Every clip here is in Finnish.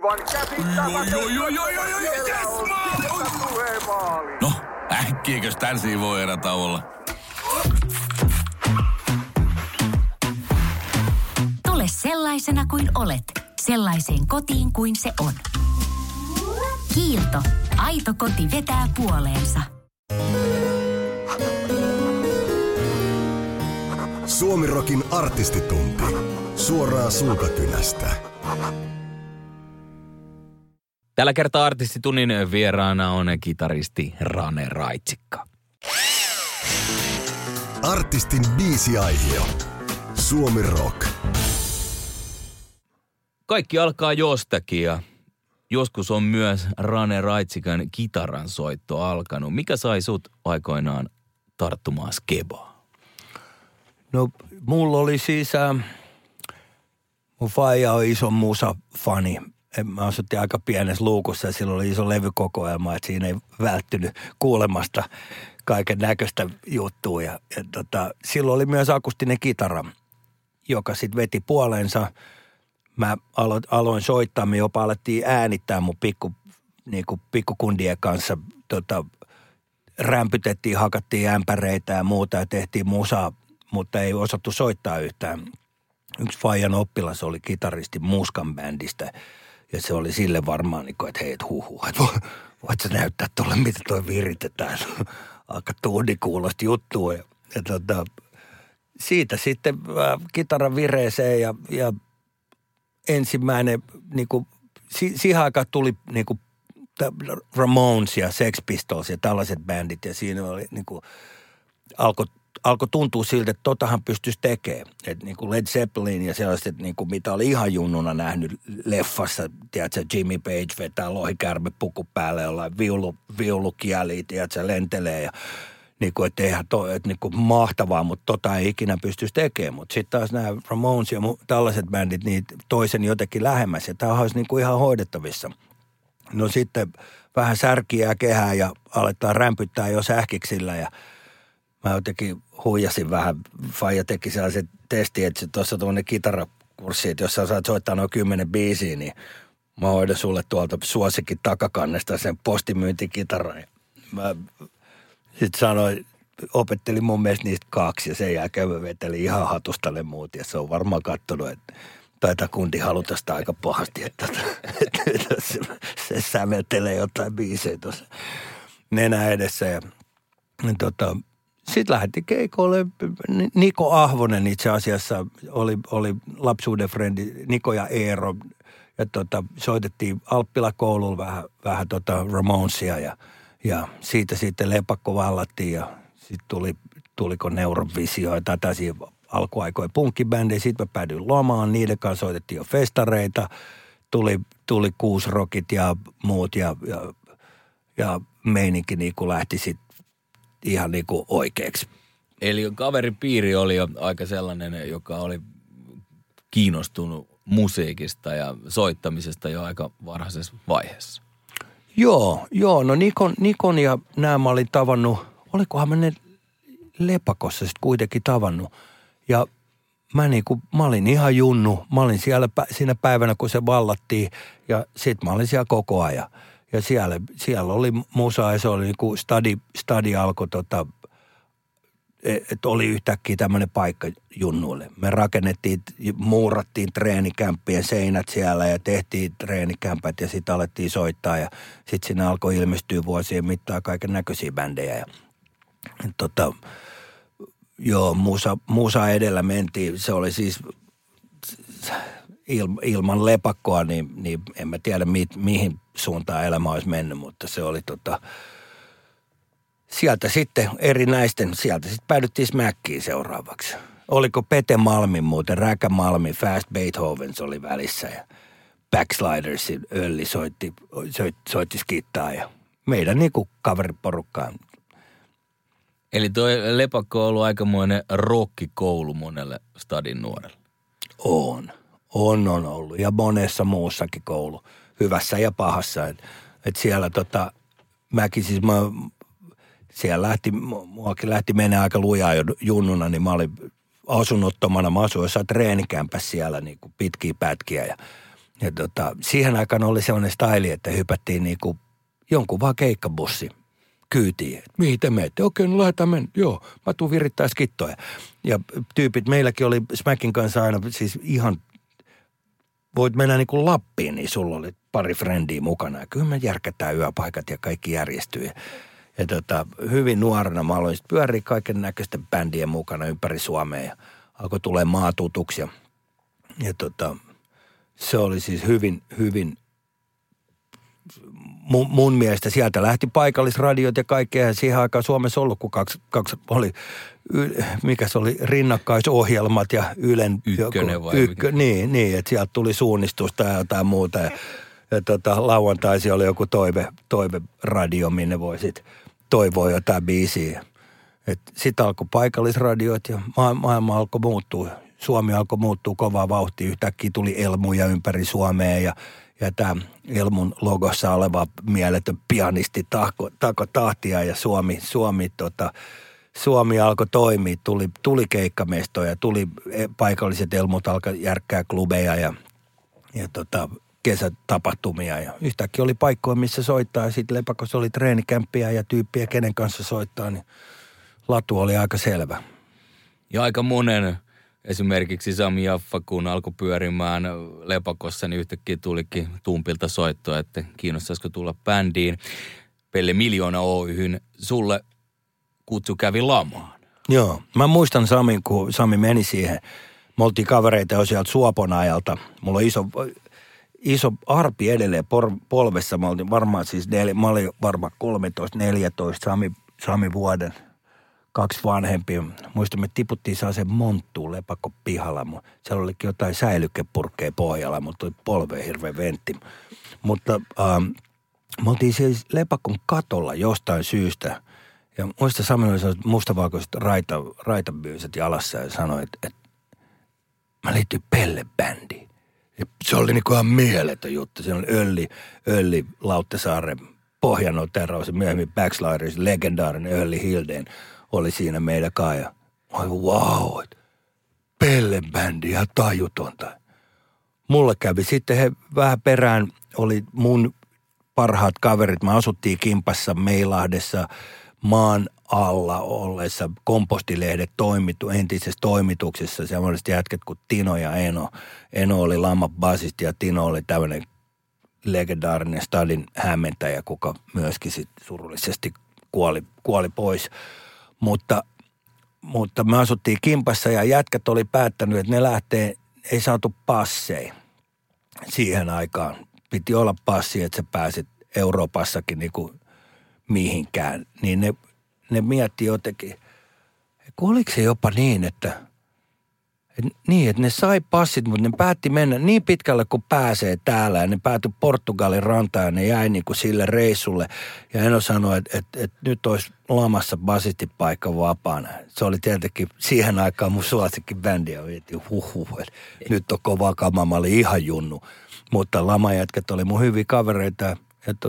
aivan käsittämätöntä. No, äkkiäkös tän voi erätä olla? Tule sellaisena kuin olet, sellaiseen kotiin kuin se on. Kiilto. Aito koti vetää puoleensa. Suomirokin artistitunti. Suoraan sulkakynästä. Tällä kertaa artistitunnin vieraana on kitaristi Rane Raitsikka. Artistin biisiaihio. Suomi Rock. Kaikki alkaa jostakin ja joskus on myös Rane Raitsikan kitaran soitto alkanut. Mikä sai sut aikoinaan tarttumaan skebaan? No, mulla oli siis, mun faija on iso musafani. Mä asuttiin aika pienessä luukussa ja silloin oli iso levykokoelma, että siinä ei välttynyt kuulemasta kaiken näköistä juttua. Ja silloin oli myös akustinen kitara, joka sitten veti puoleensa. Mä aloin soittaa, me jopa alettiin äänittää mun pikkukundien kanssa. Rämpytettiin, hakattiin ämpäreitä ja muuta ja tehtiin musaa, mutta ei osattu soittaa yhtään. Yksi faijan oppilas oli kitaristi Muskan bändistä ja se oli sille varmaan, että hei, että voit sä näyttää tuolle, mitä toi viritetään. Aika tuhdikuulosta juttua ja siitä sitten kitaran vireeseen ja ensimmäinen, siihen aikaan tuli Ramones ja Sex Pistols ja tällaiset bändit ja siinä oli alkoi tuntua siltä, että totahan pystyisi tekemään. Että Led Zeppelin ja sellaiset, mitä oli ihan junnuna nähnyt leffassa, tiedätkö, Jimmy Page vetää lohikärmepuku päälle, jollain viulukieliä, tiedätkö, lentelee ja että eihän mahtavaa, mutta ei ikinä pystyisi tekemään. Mutta sitten taas nämä Ramones ja tällaiset bändit, niin toisen jotenkin lähemmäs. Ja tämä olisi ihan hoidettavissa. No sitten vähän särkiä kehää ja aletaan rämpyttää jo sähkiksillä. Ja mä jotenkin huijasin vähän. Faija teki sellaisen testin, että tuossa tuollainen kitarakurssi, että jos sä saat soittaa noin 10 biisiä, niin mä hoidan sulle tuolta suosikin takakannesta sen postimyyntikitaran. Mä sitten sanoin, opettelin mun mielestä niistä 2 ja sen jälkeen mä vetelin ihan hatusta ne muut. Ja se on varmaan katsonut, että taitaa kundi haluta sitä aika pahasti, että se säveltelee jotain biisejä tuossa nenä edessä. Ja sitten lähdettiin keikoille. Niko Ahvonen itse asiassa oli lapsuuden frendi, Niko ja Eero. Ja soitettiin Alppila-koululla vähän Ramonesia ja siitä sitten lepakko vallattiin ja sitten tuliko Neurovisio tai tällaisia alkuaikoja punkkibändejä. Sitten mä päädyin lomaan, niiden kanssa soitettiin jo festareita, tuli Kuusrokit ja muut ja meininki lähti sitten ihan oikeaksi. Eli kaveripiiri oli jo aika sellainen, joka oli kiinnostunut musiikista ja soittamisesta jo aika varhaisessa vaiheessa. Joo, no Nikon ja nämä mä olin tavannut, olikohan mä ne lepakossa sitten kuitenkin tavannut. Ja mä olin ihan junnu, mä olin siinä päivänä, kun se vallattiin ja sit mä olin siellä koko ajan. Ja siellä oli musa ja se oli stadi alkoi että oli yhtäkkiä tämmöinen paikka junnuille. Me muurattiin treenikämppien seinät siellä ja tehtiin treenikämpät ja sitten alettiin soittaa ja sitten siinä alkoi ilmestyä vuosien mittaan kaiken näköisiä bändejä. Ja, musa edellä mentiin. Se oli siis ilman lepakkoa, niin en mä tiedä mihin suuntaan elämä olisi mennyt, mutta se oli sieltä sitten sieltä sitten päädyttiin Smackiin seuraavaksi. Oliko Pete Malmin muuten, Räkä Malmi, Fast Beethovens oli välissä ja Backslidersin Ölli soitti skittaa ja meidän kaveriporukkaan. Eli toi lepakko on ollut aikamoinen rokkikoulu monelle stadin nuorelle. On ollut ja monessa muussakin koulu, hyvässä ja pahassa. Et siellä mäkin siis siellä muakin lähti mennä aika lujaa jo junnuna, niin mä olin asunnottomana. Mä asuin jossain treenikämpässä siellä pitkiä pätkiä ja Ja siihen aikaan oli sellainen staili, että hypättiin niinku jonkun vaan keikkabussi kyytiin. Mihin te menette? Okei, no lähdetään mennä. Joo, mä tuun virittää skittoja. Ja tyypit, meilläkin oli Smackin kanssa aina siis ihan, voit mennä niinku Lappiin, niin sulla oli pari frendiä mukana. Ja kyllä me järkätään yöpaikat ja kaikki järjestyy. Ja hyvin nuorena mä aloin sitten pyöriä kaiken näköisten bändien mukana ympäri Suomea ja alkoi tulee maatutuksi. Ja se oli siis hyvin mun mielestä sieltä lähti paikallisradiot ja kaikkea. Siihen aikaan Suomessa ollut, kun kaksi oli, mikä se oli, rinnakkaisohjelmat ja Ylen. Ykkönen vai Niin, että sieltä tuli suunnistusta ja jotain muuta. Ja lauantaisi oli joku toiveradio, minne voi sitten toivoa jotain biisiä. Sitten alkoi paikallisradiot ja maailma alkoi muuttua. Suomi alkoi muuttua kovaa vauhtia. Yhtäkkiä tuli Elmuja ympäri Suomea ja tämä Elmun logossa oleva mieletön pianisti tako tahtia ja Suomi alkoi toimia. Tuli keikkamestoja, tuli paikalliset Elmut alkoi järkkää klubeja ja kesätapahtumia ja yhtäkkiä oli paikkoja, missä soittaa ja sitten Lepakossa oli treenikämppiä ja tyyppiä, kenen kanssa soittaa, niin latu oli aika selvä. Ja aika monen, esimerkiksi Sami Jaffa, kun alkoi pyörimään Lepakossa, niin yhtäkkiä tulikin Tumpilta soittoa, että kiinnostaisiko tulla bändiin. Pelle Miljoona Oyhyn, sulle kutsu kävi lamaan. Joo, mä muistan Samin, kun Sami meni siihen. Me oltiin kavereita jo sieltä Suopon ajalta. Mulla on iso arpi edelleen polvessa. Mä olin varmaan siis mä olin varmaan 13-14, Sami vuoden, 2 vanhempia. Muistan, me tiputtiin sellaisen monttuun Lepakon pihalla. Siellä olikin jotain säilykepurkkeja pohjalla, mutta oli polveen hirveä ventti. Mutta me oltiin siis Lepakon katolla jostain syystä. Ja muista Sami oli sellaiset mustavalkoiset raitabyyset jalassa ja sanoi, että mä liittyin Pelle-bändiin. Ja se oli niinku ihan mieletön juttu. Se on Ölli Lauttasaaren Pohjanotero, se myöhemmin Backsliders, legendaarinen Ölli Hildeen oli siinä meidän kanssa. Ja wow, Pelle-bändi, ihan tajutonta. Mulle kävi sitten he vähän perään, oli mun parhaat kaverit. Me asuttiin kimpassa Meilahdessa maan alla olleessa Kompostilehdet entisessä toimituksessa. Sellaiset jätket kuin Tino ja Eno. Eno oli Lama basisti ja Tino oli tämmöinen legendaarinen stadin hämmentäjä, kuka myöskin sitten surullisesti kuoli pois. Mutta me asuttiin kimpassa ja jätkät oli päättänyt, että ne lähtee, ei saatu passeja siihen aikaan. Piti olla passi, että sä pääsit Euroopassakin niinku mihinkään. Niin ne mietti jotenkin, oliko se jopa niin, että ne sai passit, mutta ne päätti mennä niin pitkälle kuin pääsee täällä. Ja ne päätyi Portugalin rantaan ja ne jäi niin kuin sille reissulle. Ja Eno sanoi, että nyt olisi Lamassa basistipaikka vapaana. Se oli tietenkin siihen aikaan mun suosikin bändi ja että nyt on kova kama. Mä olin ihan junnu. Mutta Lamajätket oli mun hyviä kavereita ja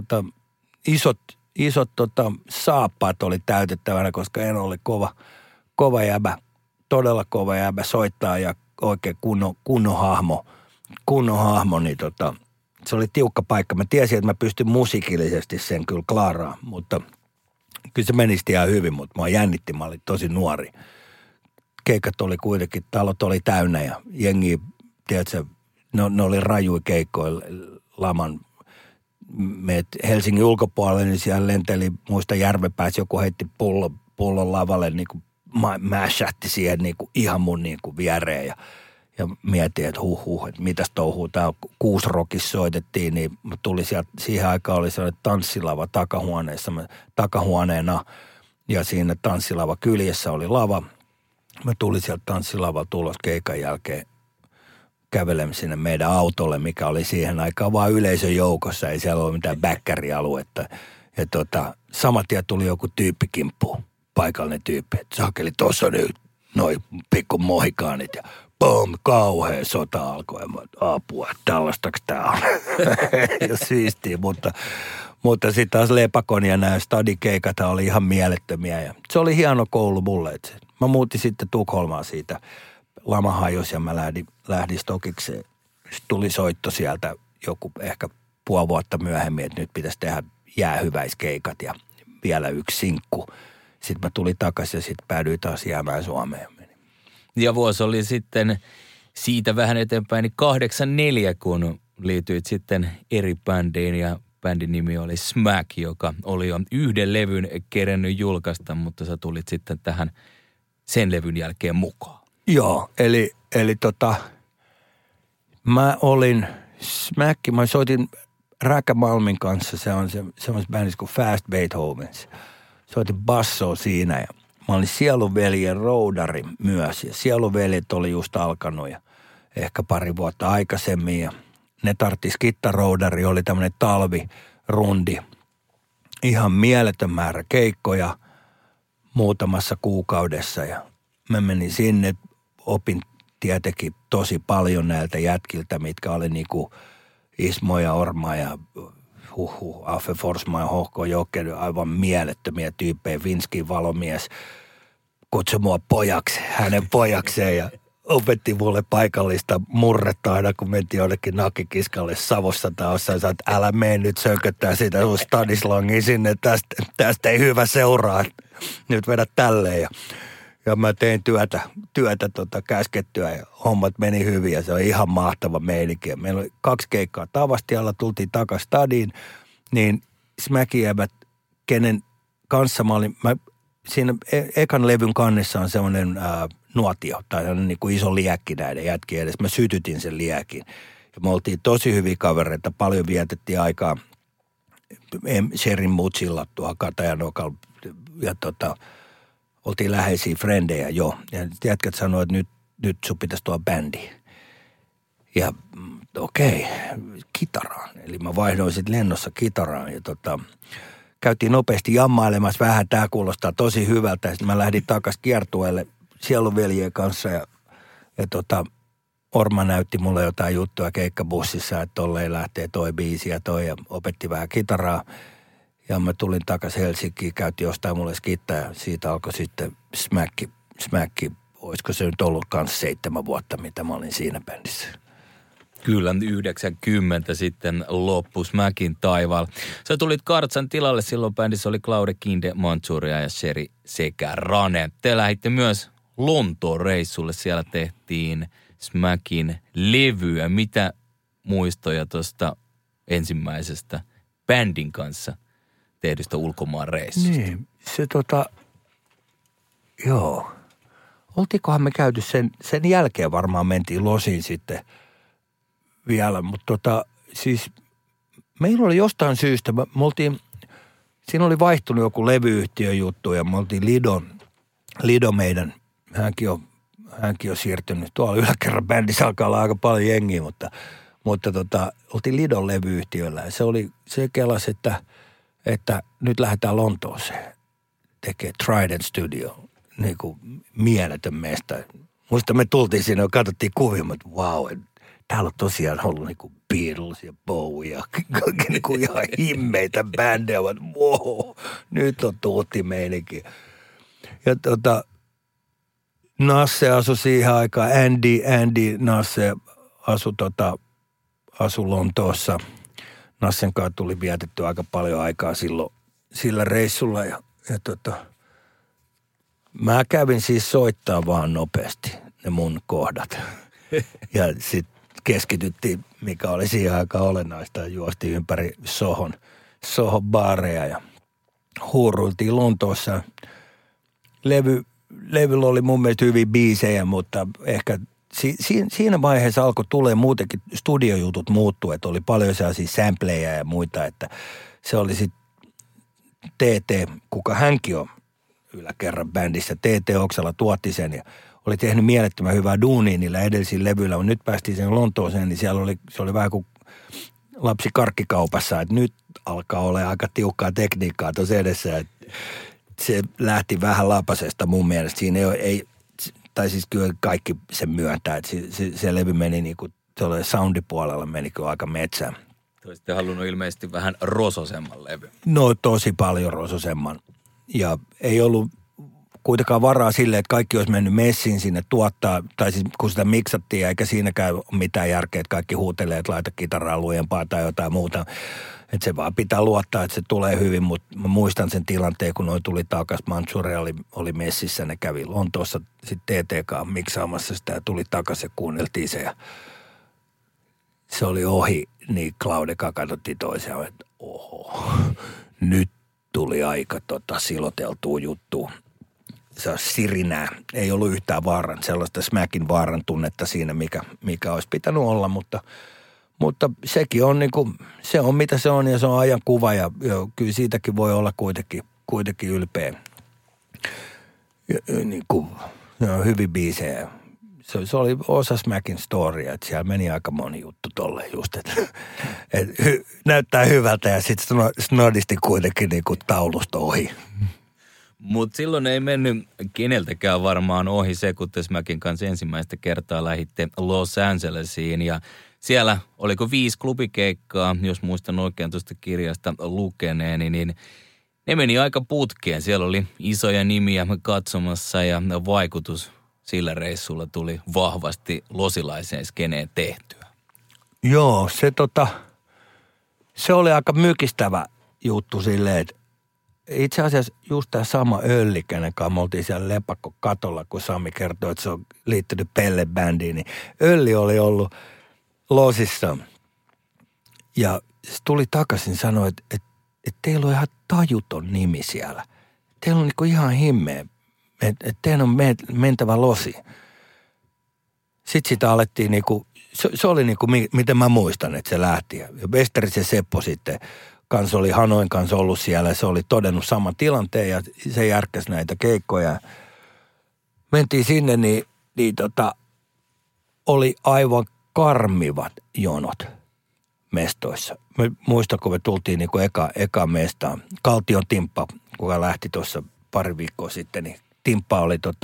isot saappaat oli täytettävänä, koska Eno oli kova jäbä, todella kova jäbä soittaa ja oikein kunnon hahmo, niin se oli tiukka paikka. Mä tiesin, että mä pystyn musiikillisesti sen kyllä klaaraan, mutta kyllä se meni ihan hyvin, mutta mä jännitti, mä olin tosi nuori. Keikat oli kuitenkin, talot oli täynnä ja jengi, tiedätkö, ne oli rajui keikkoilla Laman. Meet Helsingin ulkopuolelle, niin siellä lenteli, muista Järvenpäässä joku heitti pullon lavalle, niin kuin mäshätti siihen niin kuin ihan mun niin kuin viereen ja mietin, että että mitäs touhuu. Tää 6 Rockissa soitettiin, niin tuli sieltä, siihen aikaan oli sellainen tanssilava takahuoneena ja siinä tanssilava kyljessä oli lava. Mä tulin sieltä tanssilavalla tulos keikan jälkeen. Kävelemme sinne meidän autolle, mikä oli siihen aikaan vaan yleisön joukossa. Ei siellä ole mitään bäkkärialuetta. Ja saman tien tuli joku tyyppi kimppuun, paikallinen tyyppi. Että sakeli, tossa nyt noi pikku mohikaanit ja pom, kauhea sota alkoi. Ja mä, apua, tällaistaks tää on? Ja siistiä, mutta sitten taas Lepakon ja nämä stadikeikat oli ihan mielettömiä. Ja se oli hieno koulu mulle. Mä muutin sitten Tukholmaan siitä. Lama hajosi ja mä lähdin Stokikseen tuli soitto sieltä joku ehkä puoli vuotta myöhemmin, että nyt pitäisi tehdä jäähyväiskeikat ja vielä yksi sinkku. Sitten mä tulin takaisin ja sitten päädyin taas jäämään Suomeen. Ja vuosi oli sitten siitä vähän eteenpäin, niin 84, kun liityit sitten eri bändiin ja bändin nimi oli Smack, joka oli jo yhden levyn kerennyt julkaista, mutta sä tulit sitten tähän sen levyn jälkeen mukaan. Joo, eli mä olin Smack, mä soitin Räkä Malmin kanssa, se on semmoisessa bändissä kuin Fast Beethovens. Soitin bassoa siinä ja mä olin Sielunveljen roudari myös ja Sielunveljet oli just alkanut ja ehkä pari vuotta aikaisemmin ja ne tarttis kittaroudari, oli tämmöinen talvirundi. Ihan mieletön määrä keikkoja muutamassa kuukaudessa ja mä menin sinne, opin tietenkin tosi paljon näiltä jätkiltä, mitkä oli niinku Ismo ja Orma ja Affe Forsman ja Hohko Jokke, aivan mielettömiä tyyppejä. Vinskin valomies kutsui mua pojaksi, hänen pojakseen ja opetti mulle paikallista murretta aina, kun mentiin jonnekin Nakikiskalle Savossa tai jossain, että älä mene nyt sököttää sitä sun stadislangin sinne, tästä ei hyvä seuraa, nyt vedä tälleen. Ja mä tein työtä käskettyä ja hommat meni hyvin ja se on ihan mahtava meininki. Meillä oli 2 keikkaa Tavastialla, tultiin takaisin stadiin, niin Smäkiävät, kenen kanssa mä olin, siinä ekan levyn kannessa on semmoinen nuotio tai niin kuin iso liäkki näiden jätkien edes. Mä sytytin sen liäkin ja me oltiin tosi hyviä kavereita, paljon vietettiin aikaa Sherin Mutsilla tuolla Katajanokalla ja oltiin läheisiä frendejä jo. Ja jätkät sanoi, että nyt sun pitäisi tuoda bändi. Ja okei, kitaraan. Eli mä vaihdoin sitten lennossa kitaraan ja käytiin nopeasti jammailemassa vähän. Tää kuulostaa tosi hyvältä. Sitten mä lähdin takaisin kiertueelle Sielunveljien kanssa ja Orma näytti mulle jotain juttua keikkabussissa, että tolleen lähtee toi biisi ja toi ja opetti vähän kitaraa. Ja mä tulin takaisin Helsinkiin, käytiin jostain mulle skittaa ja siitä alkoi sitten Smäkki, olisiko se nyt ollut kans 7 vuotta, mitä mä olin siinä bändissä. Kyllä, 90 sitten loppu Smäkin taivaalla. Sä tulit Kartsan tilalle, silloin bändissä oli Claude Kinde, Manchuria ja Sheri sekä Rane. Te lähditte myös Lontoon reissulle, siellä tehtiin Smäkin levyä. Mitä muistoja tuosta ensimmäisestä bändin kanssa tehdystä ulkomaan reissusta? Niin, se joo. Oltiinkohan me käyty sen jälkeen varmaan mentiin losiin sitten vielä, mutta siis meillä oli jostain syystä, siinä oli vaihtunut joku levyyhtiön juttu ja me oltiin Lido meidän, hänkin on siirtynyt, tuolla yläkerran bändissä alkaa olla aika paljon jengiä, mutta oltiin Lidon levyyhtiöllä ja se kelasi, että nyt lähdetään Lontooseen tekee Trident Studio, niin kuin mieletön mesta. Muista me tultiin sinne ja katsottiin kuvia, että vau, täällä on tosiaan ollut niin kuin Beatles ja Bowie ja niin kuin ihan himmeitä bändejä, että wow, nyt on tuutti meininki. Ja Nasse asui siihen aikaan, Andy Nasse asui Lontoossa. Nassen kanssa tuli vietetty aika paljon aikaa silloin sillä reissulla ja mä kävin siis soittaa vaan nopeasti ne mun kohdat. Ja sitten keskityttiin, mikä oli siihen aikaan olennaista, juostiin ympäri Sohon baareja ja huuruiltiin Lontoossa. Levyllä oli mun mielestä hyviä biisejä, mutta ehkä siinä vaiheessa alkoi tulee muutenkin studiojutut muuttua, että oli paljon sellaisia sampleja ja muita, että se oli sitten TT, kuka hänkin on yläkerran bändissä, TT Oksala tuotti sen ja oli tehnyt mielettömän hyvää duunia niillä edellisillä levyillä, mutta nyt päästiin sen Lontooseen, niin siellä se oli vähän kuin lapsi karkkikaupassa, että nyt alkaa olla aika tiukkaa tekniikkaa tuossa edessä, että se lähti vähän lapasesta mun mielestä. Siinä ei tai siis kyllä kaikki sen myöntää, että se levy meni niin kuin tuolla soundipuolella meni kyllä aika metsään. Te olisitte halunnut ilmeisesti vähän rososemman levy. No tosi paljon rososemman. Ja ei ollut kuitenkaan varaa silleen, että kaikki olisi mennyt messiin sinne tuottaa, tai siis kun sitä miksattiin, eikä siinäkään ole mitään järkeä, että kaikki huutelee, että laita kitaraa lujempaa tai jotain muuta. Että se vaan pitää luottaa, että se tulee hyvin, mutta mä muistan sen tilanteen, kun noi tuli takaisin. Manchuria oli messissä, ne kävi Lontoossa sitten TTK miksaamassa sitä ja tuli takaisin ja kuunneltiin se. Ja se oli ohi, niin Claudeka katsottiin toisiaan, että oho, nyt tuli aika siloteltua juttua. Se on sirinää. Ei ollut yhtään sellaista Smackin vaaran tunnetta siinä, mikä olisi pitänyt olla, mutta sekin on niinku, se on mitä se on ja se on ajan kuva ja kyllä siitäkin voi olla kuitenkin ylpeä. Niinku, ne on hyvin biisejä. Se oli osa Smackin storya, että siellä meni aika moni juttu tolleen just, että näyttää hyvältä ja sitten snodisti kuitenkin niinku taulusta ohi. Mutta silloin ei mennyt keneltäkään varmaan ohi se, kun te Smackin kanssa ensimmäistä kertaa lähditte Los Angelesiin ja siellä oliko 5 klubikeikkaa, jos muistan oikein tuosta kirjasta lukeneeni, niin ne meni aika putkeen. Siellä oli isoja nimiä katsomassa ja vaikutus sillä reissulla tuli vahvasti losilaiseen skeneen tehtyä. Joo, se oli aika mykistävä juttu silleen, että itse asiassa just tämä sama Ölli, kenen kanssa me oltiin siellä Lepakko katolla, kun Sami kertoi, että se on liittynyt Pelle-bändiin, niin Ölli oli ollut Losissa ja se tuli takaisin ja sanoi, että teillä on ihan tajuton nimi siellä. Teillä on niinku ihan himmeä, että teidän on mentävä Losi. Sitten sitä alettiin niinku, se oli niinku, miten mä muistan, että se lähti. Ja Westeris ja Seppo sitten kanssa oli Hanoin kanssa ollut siellä. Se oli todennut saman tilanteen ja se järkkäsi näitä keikkoja. Mentiin sinne, niin oli aivan karmivat jonot mestoissa. Mä muistan, kun me tultiin niinku eka mestaan. Kaltion Timppa, kuka lähti tuossa pari viikkoa sitten, niin Timppa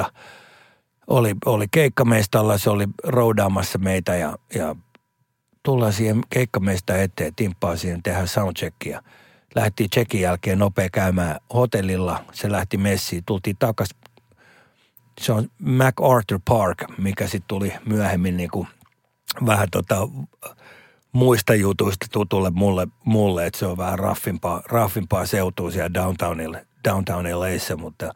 oli keikkamestalla, se oli roudaamassa meitä ja tullaan siihen keikkamestaan eteen, Timppaa siihen tehdään soundcheckia. Lähtiin checkin jälkeen nopea käymään hotellilla, se lähti messiin, tultiin takaisin. Se on MacArthur Park, mikä sitten tuli myöhemmin niinku vähän muista jutuista tutulle mulle, että se on vähän raffimpaa seutua siellä downtown LA:ssa, mutta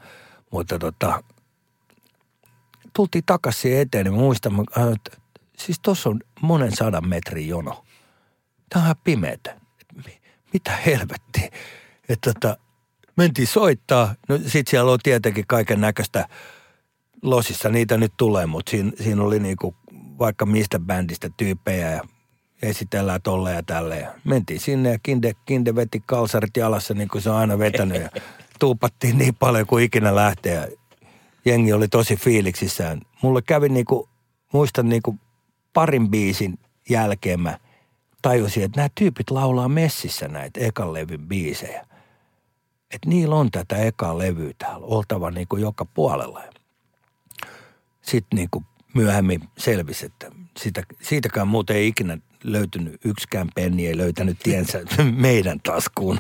tultiin takaisin eteen, niin muistan, että siis tuossa on monen 100 metrin jono. Tämä on ihan pimeätä. Mitä helvettiä. Että mentiin soittaa. No sit siellä on tietenkin kaiken näköistä Losissa. Niitä nyt tulee, mutta siinä oli niinku vaikka mistä bändistä tyyppejä ja esitellään tolle ja tälle. Ja mentiin sinne ja Kinde veti kalsarit jalassa niin kuin se on aina vetänyt ja tuupattiin niin paljon kuin ikinä lähtee ja jengi oli tosi fiiliksissään. Mulle kävi niinku, muistan niinku parin biisin jälkeen mä tajusin, että nämä tyypit laulaa messissä näitä ekan levyn biisejä. Että niillä on tätä ekaa levyä täällä, oltava niinku joka puolella. Sitten niinku myöhemmin selvisi, että siitäkään muuten ei ikinä löytynyt yksikään penni, ei löytänyt tiensä meidän taskuun.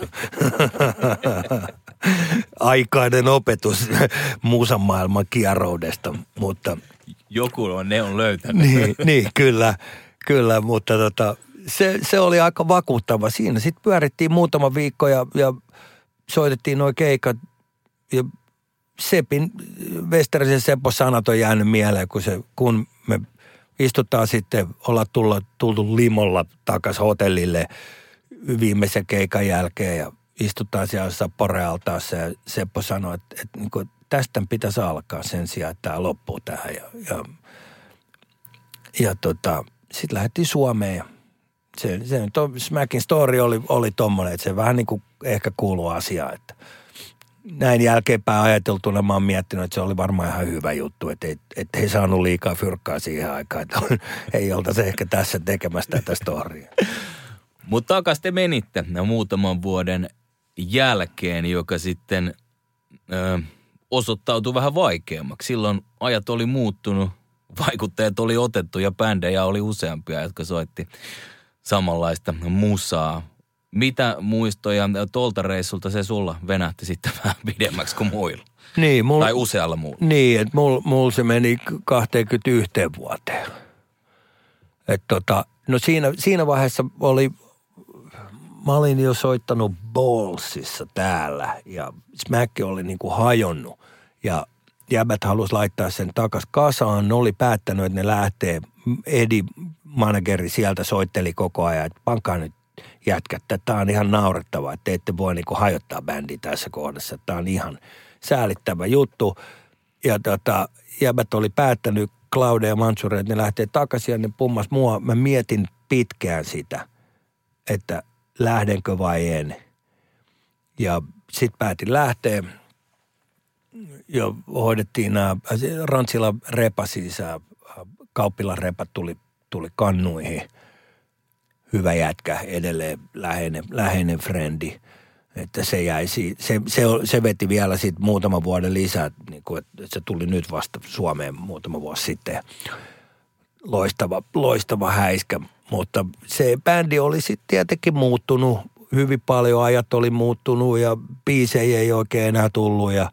Aikainen opetus musan maailman kieroudesta, mutta joku ne on löytänyt. Niin kyllä, mutta se oli aika vakuuttava siinä. Sitten pyörittiin muutama viikko ja soitettiin nuo keikat ja Westerisen Seppo sanat on jäänyt mieleen, kun me istutaan sitten, ollaan tultu limolla takaisin hotellille viimeisen keikan jälkeen ja istutaan siellä Sappore-altaassa ja Seppo sanoi, että niin kuin tästä pitäisi alkaa sen sijaan, että tämä loppuu tähän. Sitten lähdettiin Suomeen ja se Smackin story oli tommoinen, että se vähän niin kuin ehkä kuuluu asiaan, että näin jälkeenpäin ajateltuna mä oon miettinyt, että se oli varmaan ihan hyvä juttu, että ei saanut liikaa fyrkkaa siihen aikaan, että ei oltaisi ehkä tässä tekemässä tätä storya. Mutta takas te menitte muutaman vuoden jälkeen, joka sitten osoittautui vähän vaikeammaksi. Silloin ajat oli muuttunut, vaikuttajat oli otettu ja bändejä oli useampia, jotka soitti samanlaista musaa. Mitä muistoja tuolta reissulta se sulla venähti sitten vähän pidemmäksi kuin muilla? Niin, tai usealla muulla. Niin, että mulla se meni 21 vuoteen. No siinä vaiheessa mä olin jo soittanut Ballsissa täällä ja Smack oli niinku hajonnut ja jäbät halusi laittaa sen takas kasaan. Ne oli päättänyt, että ne lähtee. Eddie, manageri sieltä soitteli koko ajan, että pankaa nyt jätkät, tämä on ihan naurettavaa, että te ette voi niinku hajottaa bändiä tässä kohdassa. Tämä on ihan säälittävä juttu. Ja jäbät oli päättänyt, Claude ja Mansour, että ne lähtee takaisin ja ne pummas mua. Mä mietin pitkään sitä, että lähdenkö vai en. Ja sit päätin lähteä. Ja hoidettiin Rantsila repa siis, Kauppilan repat tuli kannuihin. Hyvä jätkä, edelleen läheinen frendi. Että se jäi se veti vielä sitten muutaman vuoden lisää, niin kuin, että se tuli nyt vasta Suomeen muutama vuosi sitten. Loistava häiskä, mutta se bändi oli sitten tietenkin muuttunut hyvin paljon, ajat oli muuttunut ja biisejä ei oikein enää tullut ja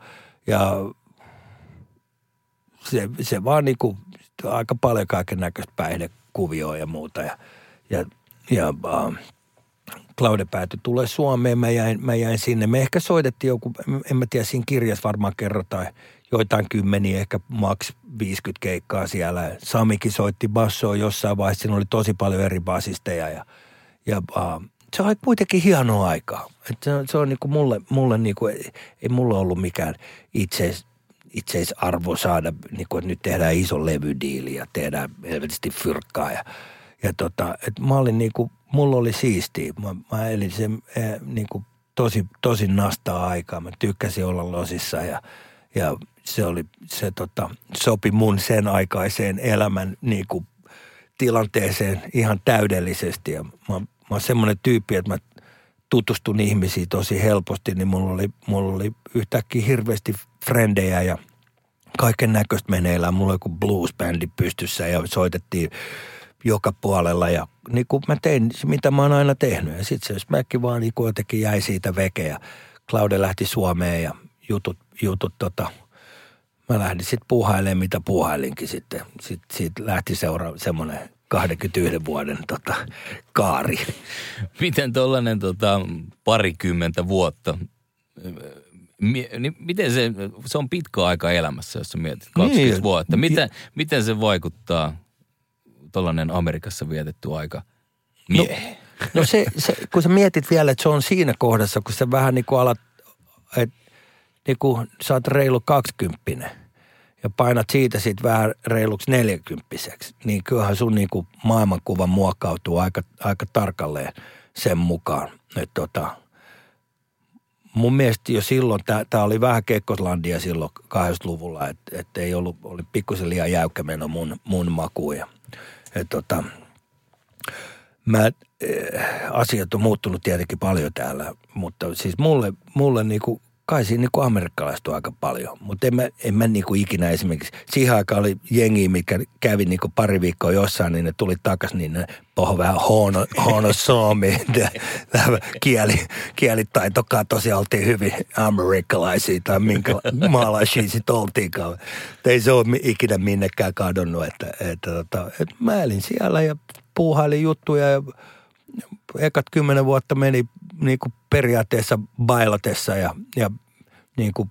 se vaan niinku aika paljon kaiken näköistä päihdekuvioa ja muuta ja Claude päätyi tulee Suomeen, mä jäin sinne. Me ehkä soitettiin joku, en mä tiedä, siinä kirjassa varmaan kerrotaan joitain kymmeniä, ehkä maks 50 keikkaa siellä. Samikin soitti bassoa jossain vaiheessa, siinä oli tosi paljon eri basisteja ja se oli kuitenkin hienoa aikaa. Se on niinku mulle niinku, ei mulla ollut mikään itseisarvo saada, niinku, että nyt tehdään iso levydiili ja tehdään helvetisti fyrkkaa ja että mä olin niinku, mulla oli siistiä. Mä elin sen niinku tosi nastaa aikaa. Mä tykkäsin olla losissa ja se sopi mun sen aikaiseen elämän niinku tilanteeseen ihan täydellisesti. Ja mä oon semmoinen tyyppi, että mä tutustun ihmisiin tosi helposti, niin mulla oli yhtäkkiä hirveästi frendejä ja kaiken näköistä meneillään. Mulla oli joku blues-bändi pystyssä ja soitettiin joka puolella ja niin kuin mä tein mitä mä oon aina tehnyt. Ja sitten se Smack vaan niin kuin jotenkin jäi siitä veke ja Claude lähti Suomeen ja jutut mä lähdin sitten puuhailemaan mitä puuhailinkin sitten. Siitä lähti semmoinen 21 vuoden kaari. Miten tollainen parikymmentä vuotta, miten se on pitkä aika elämässä, jos sä mietit 20 niin, vuotta. Miten se vaikuttaa tollainen Amerikassa vietetty aika miehen? No se, kun sä mietit vielä, että se on siinä kohdassa, kun sä vähän niin kuin alat, että niin kuin sä oot reilu 20 ja painat siitä sitten vähän reiluksi 40-vuotiaaksi, niin kyllähän sun niin kuin maailmankuva muokkautuu aika tarkalleen sen mukaan. Että mun mielestä jo silloin, tää oli vähän Kekkoslandia silloin 80-luvulla, että ei ollut, oli pikkusen liian jäykkä meno mun makuun. Asiat on muuttunut tietenkin paljon täällä, mutta siis mulle niinku, kai siinä niinku amerikkalaiset on aika paljon. Mutta en mä niinku ikinä esimerkiksi, siihen aikaan oli jengi, mikä kävi niinku pari viikkoa jossain, niin ne tuli takas, niin ne puhui vähän huono suomi. Kielitaito katosi, oltiin hyvin amerikkalaisia tai minkä maalaisia sitten oltiinkaan. Ei se ole ikinä minnekään kadonnut, että mä elin siellä ja puuhailin juttuja ja ekat 10 vuotta meni niinku periaatteessa bailatessa ja niinku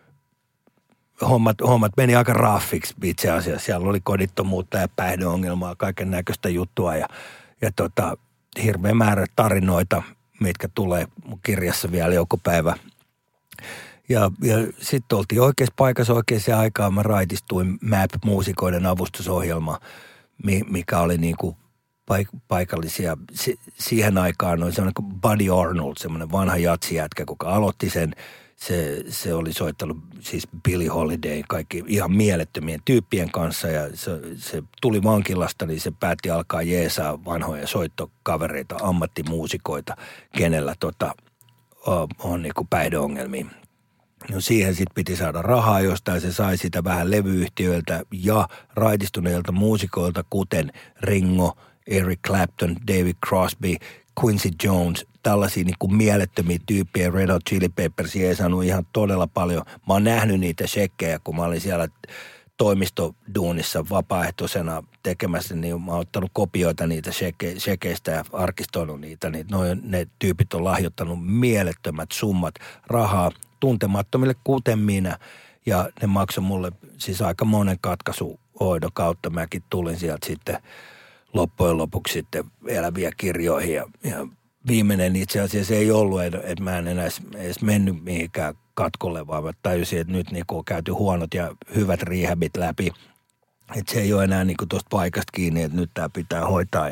hommat meni aika raffiksi itse asiassa. Siellä oli kodittomuutta ja päihdeongelmaa, kaiken näköistä juttua ja hirveä määrä tarinoita, mitkä tulee mun kirjassa vielä joku päivä. Ja sitten oltiin oikeassa paikassa oikeaan aikaan. Mä raitistuin MAP-muusikoiden avustusohjelma, mikä oli niinku paikallisia. Siihen aikaan oli semmoinen kuin Buddy Arnold, semmoinen vanha jatsijätkä, kuka aloitti sen. Se oli soittanut siis Billie Holiday, kaikki ihan mielettömien tyyppien kanssa ja se tuli vankilasta, niin se päätti alkaa jeesaa vanhoja soittokavereita, ammattimuusikoita, kenellä on niinku päihdeongelmia. No siihen sitten piti saada rahaa jostain, se sai sitä vähän levyyhtiöiltä ja raitistuneilta muusikoilta, kuten Ringo, Eric Clapton, David Crosby, Quincy Jones, tällaisia niin kuin mielettömiä tyyppejä, Red Hot Chili Peppers ei saanut ihan todella paljon. Mä oon nähnyt niitä shekkejä, kun mä olin siellä toimistoduunissa vapaaehtoisena tekemässä, niin mä oon ottanut kopioita niitä shekeistä ja arkistoinut niitä. Niin ne tyypit on lahjoittanut mielettömät summat rahaa tuntemattomille, kuten minä. Ja ne maksoi mulle siis aika monen katkaisuhoidon kautta. Mäkin tulin sieltä sitten loppujen lopuksi sitten eläviä kirjoihin. Ja viimeinen itse asiassa ei ollut, että mä en enää edes mennyt mihinkään katkolle, vaan mä tajusin, että nyt niin on käyty huonot ja hyvät rehabit läpi. Että se ei ole enää niin tuosta paikasta kiinni, että nyt tää pitää hoitaa.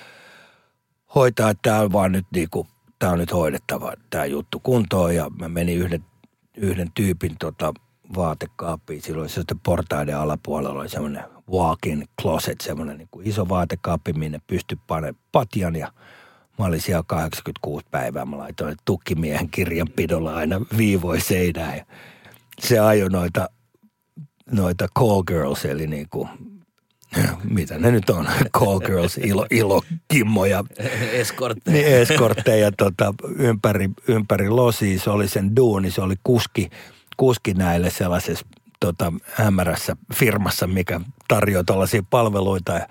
Että tää on vaan nyt niin kuin, tää on nyt hoidettava tää juttu kuntoon. Ja mä menin yhden tyypin vaatekaappiin. Silloin sitten portaiden alapuolella oli semmoinen walk-in closet, semmoinen niin kuin iso vaatekaappi, minne pystyi panemaan patjan. Ja mä olin siellä 86 päivää. Mä laitoin tukkimiehen kirjanpidolla aina viivoi seinään. Ja se ajoi noita call girls, eli niin kuin, mitä ne nyt on, call girls, ilokimmoja. Eskortteja. Niin, eskortteja ympäri losia. Se oli sen duuni, se oli kuski näille sellaisessa hämärässä firmassa, mikä tarjoaa tällaisia palveluita. Ja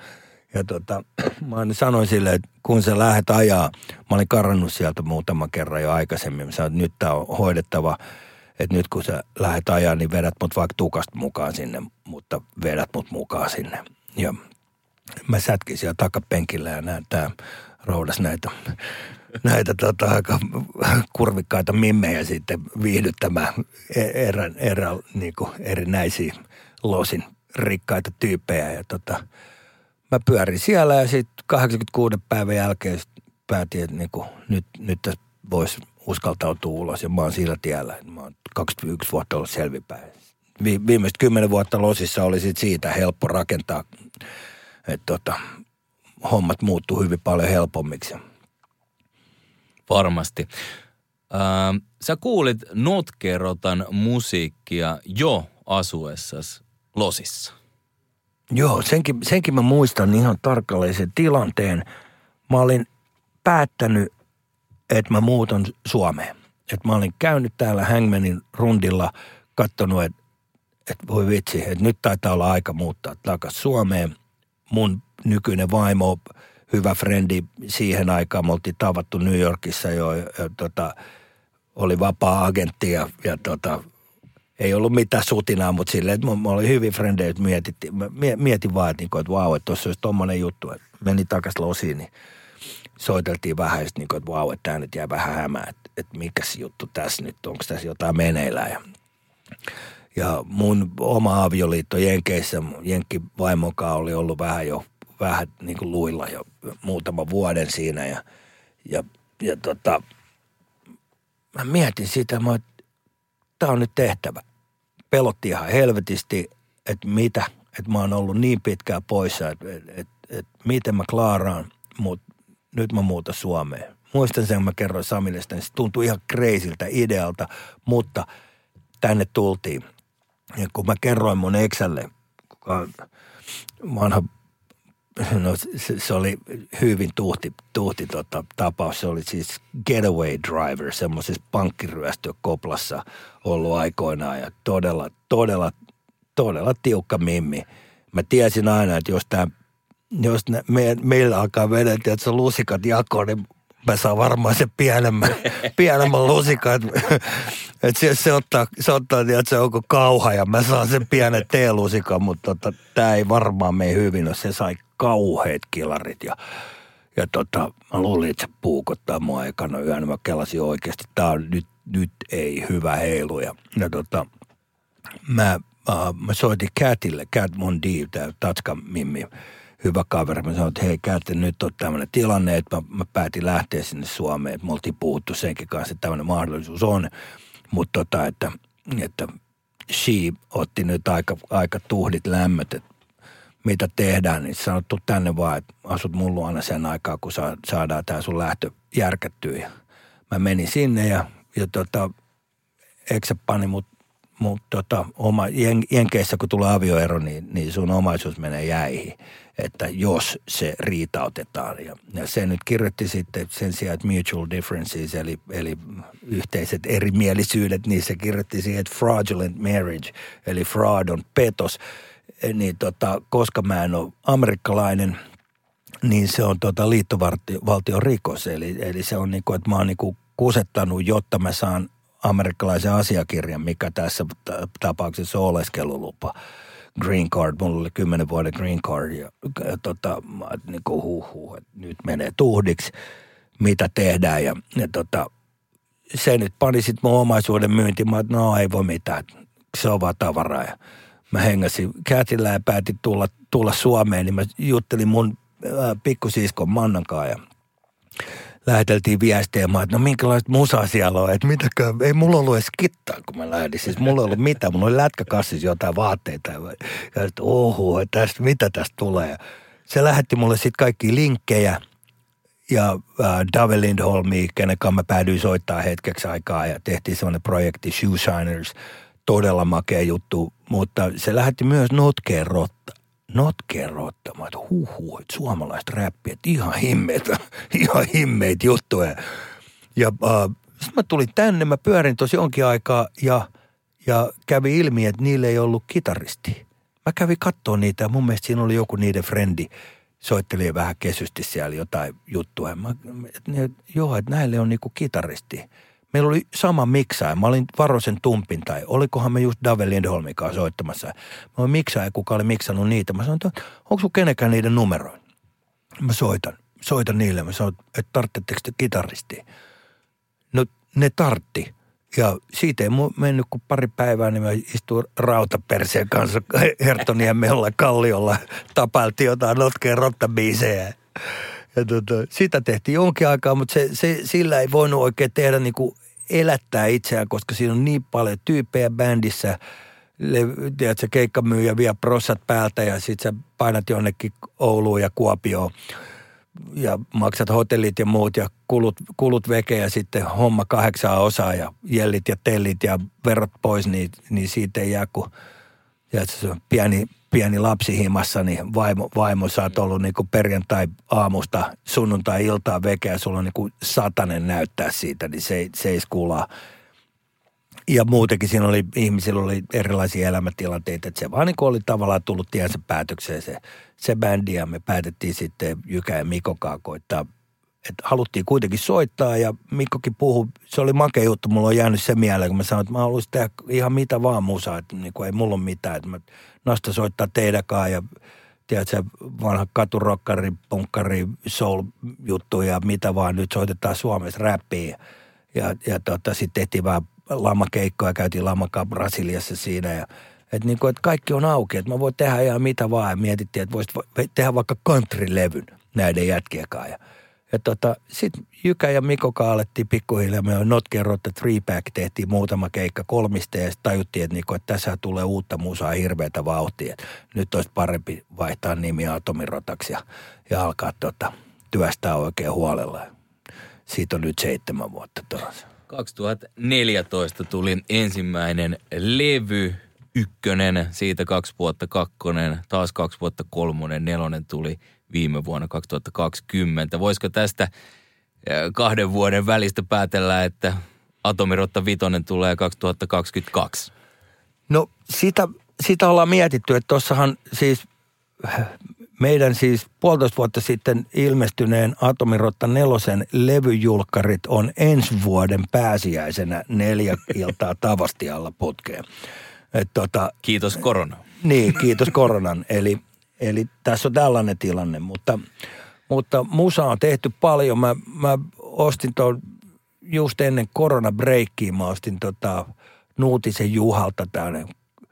mä sanoin silleen, että kun sä lähdet ajaa, mä olin karannut sieltä muutaman kerran jo aikaisemmin. Mä sanoin, että nyt tää on hoidettava, että nyt kun sä lähdet ajaa, niin vedät mut vaikka tukasta mukaan sinne, mutta vedät mut mukaan sinne. Ja mä sätkin siellä takapenkillä ja tää roudas näitä aika kurvikkaita mimmejä sitten viihdyttämään erään niin kuin erinäisiä losin rikkaita tyyppejä. Ja mä pyörin siellä ja sitten 86 päivän jälkeen päätin, että niin kuin nyt tässä voisi uskaltautua ulos ja mä oon sillä tiellä. Mä oon 21 vuotta ollut selvipäin. Viimeiset 10 vuotta losissa oli siitä helppo rakentaa, että hommat muuttuu hyvin paljon helpommiksi. Varmasti. Sä kuulit notkerotan musiikkia jo asuessasi losissa. Joo, senkin mä muistan ihan tarkalleen sen tilanteen. Mä olin päättänyt, että mä muutan Suomeen. Että mä olin käynyt täällä Hangmanin rundilla, katsonut, että voi vitsi, että nyt taitaa olla aika muuttaa takaisin Suomeen. Mun nykyinen vaimo, hyvä frendi siihen aikaan, me oltiin tavattu New Yorkissa jo, ja oli vapaa-agentti ja ei ollut mitään sutinaa, mutta silleen, että mä olin hyvin frendejä, että mietin vaan, että vau, että tuossa olisi tommoinen juttu, että meni takaisin losiin, niin soiteltiin vähän, ja sitten että vau, että tämä nyt jää vähän hämää, että mikäs juttu tässä nyt, onko tässä jotain meneillään. Ja mun oma avioliitto Jenkeissä, Jenkkivaimokaan oli ollut vähän niin kuin luilla jo muutaman vuoden siinä, ja mä mietin sitä, että tää on nyt tehtävä. Pelotti ihan helvetisti, että mitä, että mä oon ollut niin pitkään poissa, että miten mä klaaraan, mutta nyt mä muutan Suomeen. Muistan sen, kun mä kerroin Samille sitä, niin se tuntui ihan crazyltä idealta, mutta tänne tultiin. Ja kun mä kerroin mun eksälle, vanha, no se oli hyvin tuhti tapaus. Se oli siis getaway driver, semmoisessa pankkiryöstökoplassa ollut aikoinaan ja todella tiukka mimmi. Mä tiesin aina, että jos meillä alkaa vedellä, että se lusikat jakoon, niin mä saan varmaan sen pienemmän lusikan. Että se ottaa että se onko kauha ja mä saan sen pienen teelusikan, mutta tää ei varmaan mene hyvin, jos se sai kauheat kilarit. Ja mä luulin, että se puukottaa mua ekana yönä. Mä kelasin oikeasti, tää on nyt ei hyvä heilu. Ja mä soitin Catille, Cat Von D, tää Tatskan mimmi, hyvä kaveri. Mä sanoin, että hei Cat, nyt on tämmöinen tilanne, että mä päätin lähteä sinne Suomeen. Että me oltiin puhuttu senkin kanssa, että tämmöinen mahdollisuus on. Mutta että She otti nyt aika tuhdit lämmöt, että mitä tehdään, niin sanottu tänne vaan, että asut mun luona sen aikaa, kun saadaan tää sun lähtö järkättyä. Ja mä menin sinne ja eksä pani mut Jenkeissä kun tulee avioero, niin sun omaisuus menee jäihin, että jos se riitautetaan. Ja se nyt kirjoitti sitten sen sijaan, että mutual differences, eli yhteiset erimielisyydet, niin se kirjoitti siihen, että fraudulent marriage, eli fraud on petos. Niin koska mä en ole amerikkalainen, niin se on liittovaltion rikos. Eli se on niin kuin, että mä oon niin kuin kusettanut, jotta mä saan amerikkalaisen asiakirjan, mikä tässä tapauksessa on oleskelulupa. Green card, mulla oli 10 vuoden green card ja niin kuin että nyt menee tuhdiksi, mitä tehdään ja se nyt pani sit mun omaisuuden myyntiin. Mä että no ei voi mitään, se on vaan tavaraa ja mä hengäsin kätillä ja päätin tulla Suomeen, niin mä juttelin mun pikkusiskon Mannankaan ja läheteltiin viestejä, että no minkälaista musaa siellä on, että mitäkään, ei mulla ollut edes kittaa, kun mä lähdin. Siis mulla ei ollut mitään, mulla oli lätkäkassissa jotain vaatteita ja että mitä tästä tulee. Se lähetti mulle sitten kaikki linkkejä ja Dave Lindholmia, kenen kanssa mä päädyin soittaa hetkeksi aikaa ja tehtiin semmoinen projekti Shoe Shiners, todella makea juttu, mutta se lähetti myös Notkeen Rotta. Mä että että suomalaista räppiä, että ihan himmeitä juttuja. Ja sitten mä tulin tänne, mä pyörin tosi jonkin aikaa ja kävi ilmi, että niille ei ollut kitaristi. Mä kävin katsoa niitä ja mun mielestä siinä oli joku niiden frendi, soitteli vähän kesysti siellä jotain juttua. Että näille on niinku kitaristi. Meillä oli sama miksaaja. Mä olin Varosen Tumpin tai olikohan me just Dave Lindholmin kanssa soittamassa. Mä olin miksaaja, kuka oli miksannut niitä. Mä sanoin, että onko sun kenenkään niiden numeroin? Mä soitan niille. Mä sanoin, että tarvitsetteko te kitaristia? No ne tartti. Ja siitä ei mennyt kuin pari päivää, niin mä istuin rautaperseen kanssa Herttoniemellä kalliolla. Tapailtiin jotain Notkeen Rotta-biisejä. Ja sitä tehtiin jonkin aikaa, mutta sillä ei voinut oikein tehdä niin kuin elättää itseään, koska siinä on niin paljon tyyppejä bändissä. Tiedätkö, keikkamyyjä vie prossat päältä ja sit sä painat jonnekin Ouluun ja Kuopioon ja maksat hotellit ja muut ja kulut veke ja sitten homma 8 osaa ja jellit ja tellit ja verot pois, niin siitä ei jää kuin se on pieni lapsi himassa, niin vaimo sä oot ollut niin kuin perjantai-aamusta sunnuntai-iltaan vekeä ja sulla on niin kuin satanen näyttää siitä, niin se ei skulaa. Ja muutenkin siinä ihmisillä oli erilaisia elämäntilanteita, että se vaan niin kuin oli tavallaan tullut tiensä päätökseen se bändi ja me päätettiin sitten Jykä ja Mikon kanssa koittaa, että haluttiin kuitenkin soittaa ja Mikkokin puhui, se oli makea juttu, mulla on jäänyt se mieleen, kun mä sanoin, että mä haluaisin tehdä ihan mitä vaan musaa, että niin kuin ei mulla ole mitään, että mä Nasta soittaa teidänkaan ja tiedätkö, vanha katurokkari, punkkari, soul-juttu ja mitä vaan, nyt soitetaan Suomessa räppiä ja sitten tehtiin vähän lamakeikkoja, käytiin lamakaan Brasiliassa siinä ja että niin kuin, että kaikki on auki, että mä voin tehdä ihan mitä vaan ja mietittiin, että voisit tehdä vaikka country-levyn näiden jätkiekaan ja sitten Jykä ja Mikokaan alettiin pikkuhiljaa, me on Notkeen Rotta 3-pack, tehtiin muutama keikka 3 ja sitten tajuttiin, että tässä tulee uutta musaa hirveätä vauhtia. Et nyt olisi parempi vaihtaa nimi Atomirotaksi ja alkaa työstää oikein huolella. Siitä on nyt 7 vuotta taas. 2014 tuli ensimmäinen levy, 1, siitä 2 vuotta 2, taas 2 vuotta 3, 4 tuli viime vuonna 2020. Voisiko tästä 2 vuoden välistä päätellä, että Atomirotta 5 tulee 2022? No sitä ollaan mietitty, että tossahan siis meidän siis 1,5 vuotta sitten ilmestyneen Atomirotta 4 levyjulkkarit on ensi vuoden pääsiäisenä 4 iltaa Tavastialla putkeen. Kiitos korona. Niin, kiitos koronan. Eli tässä on tällainen tilanne, mutta musa on tehty paljon. Mä ostin just ennen koronabreikkiä, mä ostin Nuutisen Juhalta tämmöinen,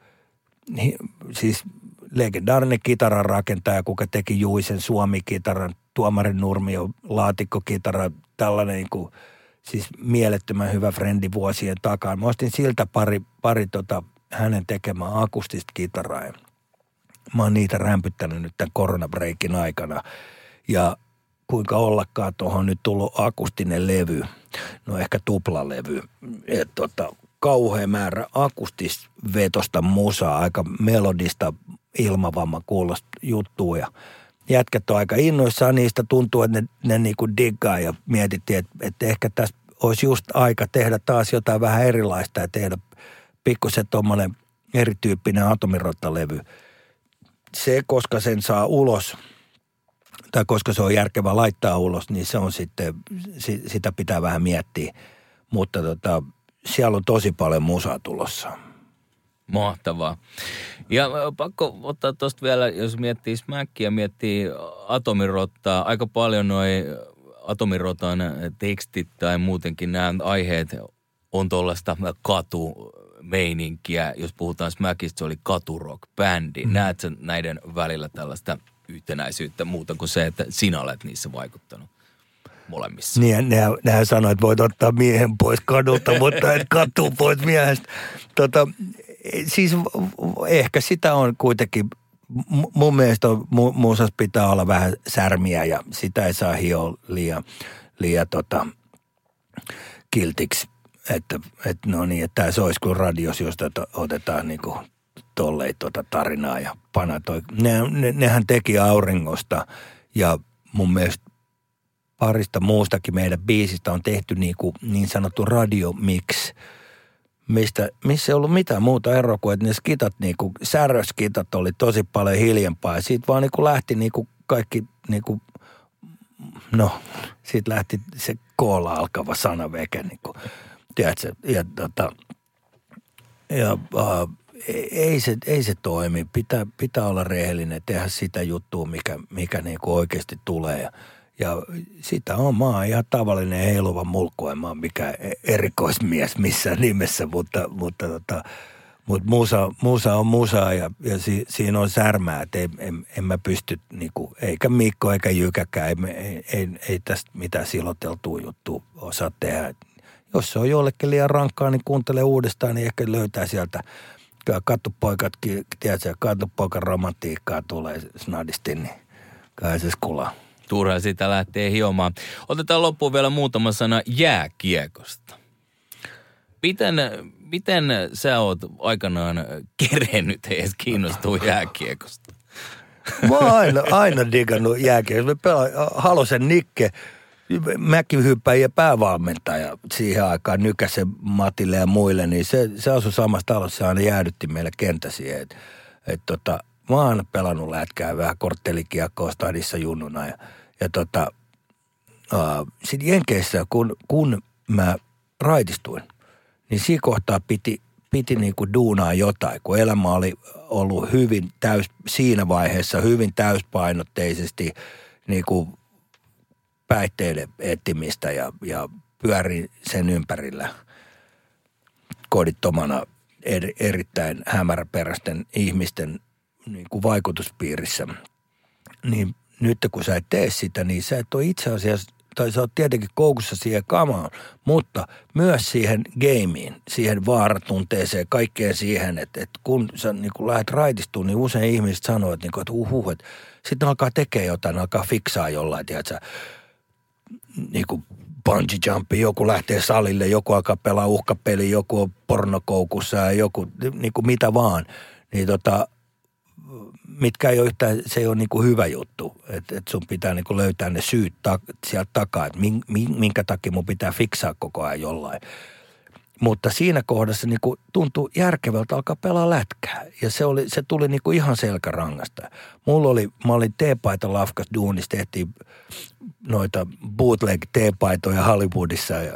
siis legendaarinen kitaran rakentaja, kuka teki Juisen Suomi-kitaran, Tuomarin Nurmio laatikkokitara, tällainen niin kuin, siis mielettömän hyvä frendi vuosien takaa. Mä ostin siltä pari hänen tekemään akustista kitaraa ja mä oon niitä rämpyttänyt nyt tämän koronabreikin aikana. Ja kuinka ollakaan tuohon nyt tullut akustinen levy, no ehkä tuplalevy. kauhean määrä akustisvetosta musaa, aika melodista ilmavamma kuulosta juttua ja jätkät on aika innoissaan niistä, tuntuu, että ne niinku diggaa ja mietittiin, että ehkä tässä olisi just aika tehdä taas jotain vähän erilaista ja tehdä pikkusen tommoinen erityyppinen Atomirottalevy. Se, koska sen saa ulos, tai koska se on järkevä laittaa ulos, niin se on sitten, sitä pitää vähän miettiä. Mutta siellä on tosi paljon musaa tulossa. Mahtavaa. Ja pakko ottaa tuosta vielä, jos miettii Smackia, miettii Atomirottaa, aika paljon noi Atomirotan tekstit tai muutenkin nämä aiheet on tuollaista katumeininkiä. Jos puhutaan Smackista, se oli katurock-bändi. Näetkö näiden välillä tällaista yhtenäisyyttä muuta kuin se, että sinä olet niissä vaikuttanut molemmissa? Niin, nehän sanoi, että voit ottaa miehen pois kadulta, mutta et katu pois miehestä. Siis ehkä sitä on kuitenkin, mun mielestä muusassa pitää olla vähän särmiä ja sitä ei saa hioa liian kiltiksi. Että no niin, että se olisi kuin radios, josta otetaan niinku tollei tarinaa ja panatoi. Nehän teki Auringosta ja mun mielestä parista muustakin meidän biisistä on tehty niin sanottu radiomix, missä ei ollut mitään muuta eroa kuin, että ne skitat, säröskitat oli tosi paljon hiljempaa ja siitä vaan lähti kaikki, siitä lähti se koolla alkava sanaveke, tiedätkö, ei se toimi, pitää olla rehellinen, tehdä sitä juttua, mikä oikeasti tulee ja sitä on, mä oon ihan tavallinen heiluva mulkku, en mä oon mikään erikoismies missään nimessä, mutta musa on musaa ja siinä on särmää, että en mä pysty, eikä Mikko eikä Jykäkään, ei tästä mitään siloteltua juttua osaa tehdä. Jos se on jollekin liian rankkaa, niin kuuntele uudestaan, niin ehkä löytää sieltä kattupoikatkin, tiedätkö, kattupoikan romantiikkaa tulee snadisti, niin kai se skulaa. Turha sitä lähtee hiomaan. Otetaan loppuun vielä muutama sana jääkiekosta. Miten sä oot aikanaan kerennyt edes kiinnostua jääkiekosta? Mä oon aina digannut jääkiekosta. Halosen Nikke, mäkihyppäjä päävalmentaja siihen aikaan Nykäsen Matille ja muille, niin se asui samassa talossa ja aina jäädytti meille kentäsiä. Mä oon aina pelannut lätkää vähän korttelikiekkoa stadissa junnuna ja sitten Jenkeissä, kun mä raitistuin, niin siinä kohtaa piti duunaa jotain, kun elämä oli ollut siinä vaiheessa hyvin täyspainotteisesti päihteiden etsimistä ja pyörin sen ympärillä kodittomana erittäin hämäräperäisten ihmisten vaikutuspiirissä. Niin nyt kun sä et tee sitä, niin sä et ole itse asiassa, tai sä oot tietenkin koukussa siihen kamaan, mutta myös siihen gameen, siihen vaaratunteeseen, kaikkeen siihen, että kun sä lähdet raitistumaan, niin usein ihmiset sanoo, että sitten alkaa tekemään jotain, alkaa fiksaa jollain, tiedätkö, bungee jumpi, joku lähtee salille, joku alkaa pelaa uhkapeli, joku on pornokoukussa ja joku mitä vaan, niin mitkä ei ole yhtään, se ei ole hyvä juttu, että sun pitää löytää ne syyt sieltä takaa, että minkä takia mun pitää fiksaa koko ajan jollain. Mutta siinä kohdassa tuntui järkevältä alkaa pelaa lätkää ja se tuli ihan selkärangasta. Mä olin teepaita lafkas duunissa, tehtiin noita bootleg teepaitoja Hollywoodissa ja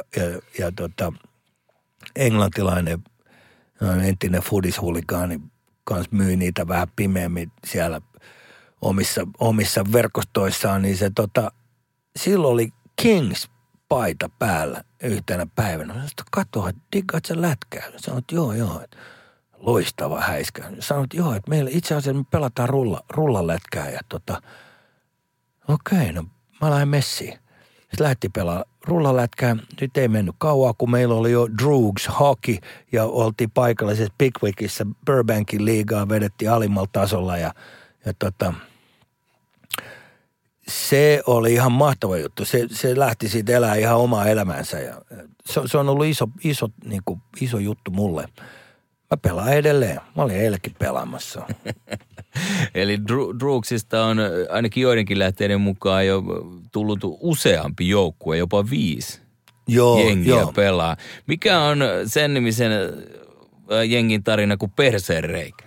englantilainen entinen foodishuligaani kanssa myi niitä vähän pimeämmin siellä omissa verkostoissaan, niin se silloin oli Kings-paita päällä yhtenä päivänä. Mä sanoin, katso, että diggaat sä lätkää? Sanoin, että joo, että loistava häiskä. Sanoin, että joo, että meillä itse asiassa me pelataan rullalätkää ja okei, no mä lähden messiin. Sitten lähti pelaa rullalätkää. Nyt ei mennyt kauan, kun meillä oli jo Droogs hockey ja oltiin paikallisessa Pickwickissa Burbankin liigaa, vedettiin alimmalla tasolla ja se oli ihan mahtava juttu. Se lähti siitä elää ihan omaa elämänsä ja se on ollut iso juttu mulle. Mä pelaan edelleen. Mä olin eilenkin pelaamassa. Eli Droogsista on ainakin joidenkin lähteiden mukaan jo tullut useampi joukkue, jopa 5 jengiä pelaa. Mikä on sen nimisen jengin tarina kuin Perseenreikä?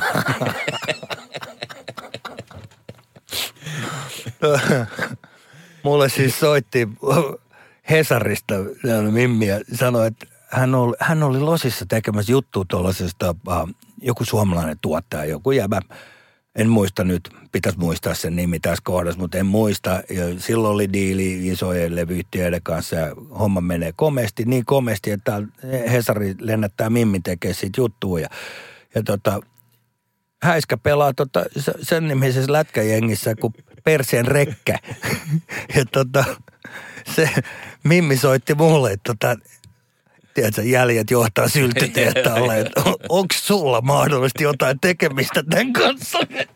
Mulle siis soitti Hesarista Mimmi ja sanoi, että hän oli Losissa tekemässä juttua tuollaisesta, joku suomalainen tuottaja, joku jäbä. En muista nyt, pitäisi muistaa sen nimi tässä kohdassa, mutta en muista. Ja silloin oli diili isojen levyyhtiöiden kanssa ja homma menee niin komesti, että Hesari lennättää Mimmi tekee siitä juttua. Ja Häiskä pelaa sen nimisessä lätkäjengissä kuin Perseen rekkä. Ja se Mimmi soitti mulle, että tiedätkö, jäljet johtaa syltytehtaalle, että onko sulla mahdollisesti jotain tekemistä tämän kanssa?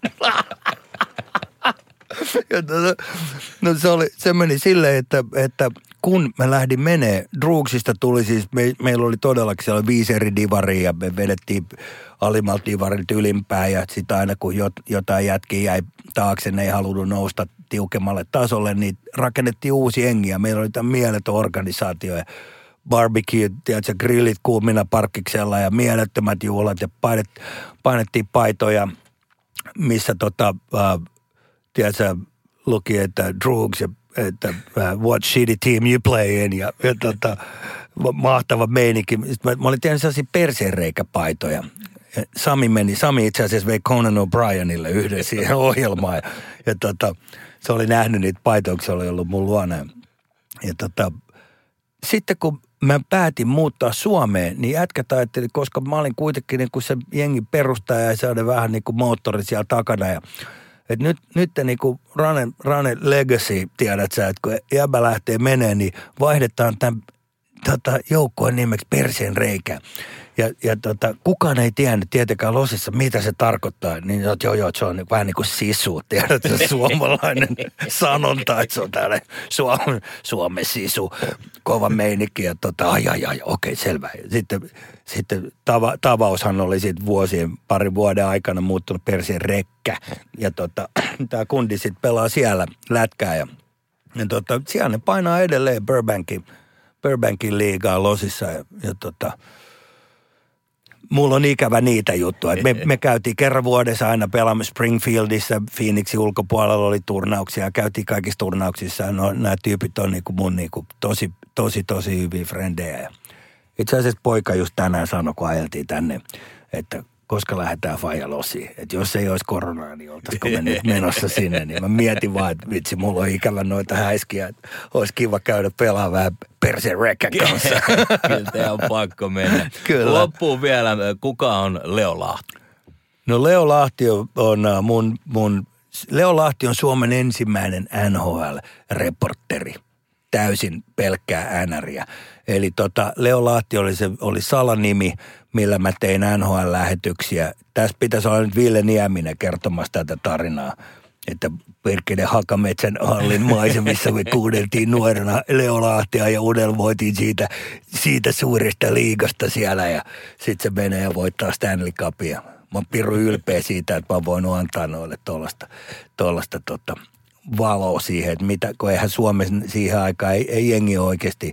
Ja no se meni silleen, että kun mä lähdin menee, Droogsista tuli siis, meillä oli todellakin siellä 5 eri divaria ja me vedettiin alimmalta divarilta ylimpään ja sitten aina kun jotain jätkiä jäi taakse, ne ei halunnut nousta tiukemmalle tasolle, niin rakennettiin uusi jengi ja meillä oli tämä mieletön organisaatio ja barbecue, tiedätkö, grillit kuumina parkkiksella ja mielettömät juhlat ja painettiin paitoja, missä tiedätkö, luki, että Droogs ja että what shitty team you play in ja mahtava meininki. Mä olin tehnyt sellaisia perseenreikäpaitoja. Sami itse asiassa vei Conan O'Brienille yhden siihen ohjelmaan ja se oli nähnyt niitä paitoja, kun se oli ollut mun luona. Ja sitten kun mä päätin muuttaa Suomeen, niin jätkät ajatteli, koska mä olin kuitenkin niin kuin se jengin perustaja ja se oli vähän niin kuin moottori siellä takana ja että nyt niin kuin Rane Legacy, tiedät sä, että kun jäbä lähtee menee, niin vaihdetaan tämän joukkoon nimeksi Perseen reikä. Ja kukaan ei tiennyt tietenkään Losissa, mitä se tarkoittaa. Niin joo, se on vähän niin kuin sisu, tiedät sä, suomalainen sanonta, että se on tällainen Suomen sisu, kova meininki. Ja okei, selvä. Sitten Tavaushan oli sitten parin vuoden aikana muuttunut Perseen rekkä. Ja tämä kundi sitten pelaa siellä lätkää ja siellä ne painaa edelleen Burbankin liigaa Losissa ja mulla on ikävä niitä juttuja. Me käytiin kerran vuodessa aina pelaamme Springfieldissa, Phoenixin ulkopuolella oli turnauksia, käytiin kaikissa turnauksissa. No, nämä tyypit on niinku mun niinku tosi hyviä frendejä. Itse asiassa poika just tänään sanoi, kun ajeltiin tänne, että koska lähdetään Faija Losiin. Että jos ei olisi koronaa, niin oltaisiko me nyt menossa sinne. Niin mä mietin vaan, että vitsi, mulla on ikävä noita häiskiä. Että olisi kiva käydä pelaamaan vähän Perseen rekkän kanssa. Kyllä te on pakko mennä. Kyllä. Loppuun vielä, kuka on Leo Lahti? No Leo Lahti on Leo Lahti on Suomen ensimmäinen NHL-reporteri. Täysin pelkkää NRiä. Eli Leo Lahti oli salanimi, millä mä tein NHL-lähetyksiä. Tässä pitäisi olla nyt Ville Nieminen kertomassa tätä tarinaa, että Pirkkinen Hakametsän hallin maisemissa me kuunneltiin nuorena Leo Lahtia ja unelmoitiin siitä suuresta liigasta siellä ja sitten se menee ja voittaa Stanley Cupia. Mä oon pirun ylpeä siitä, että mä oon voinut antaa noille tollasta valoa siihen, että kun eihän Suomessa siihen aikaan ei jengi oikeasti,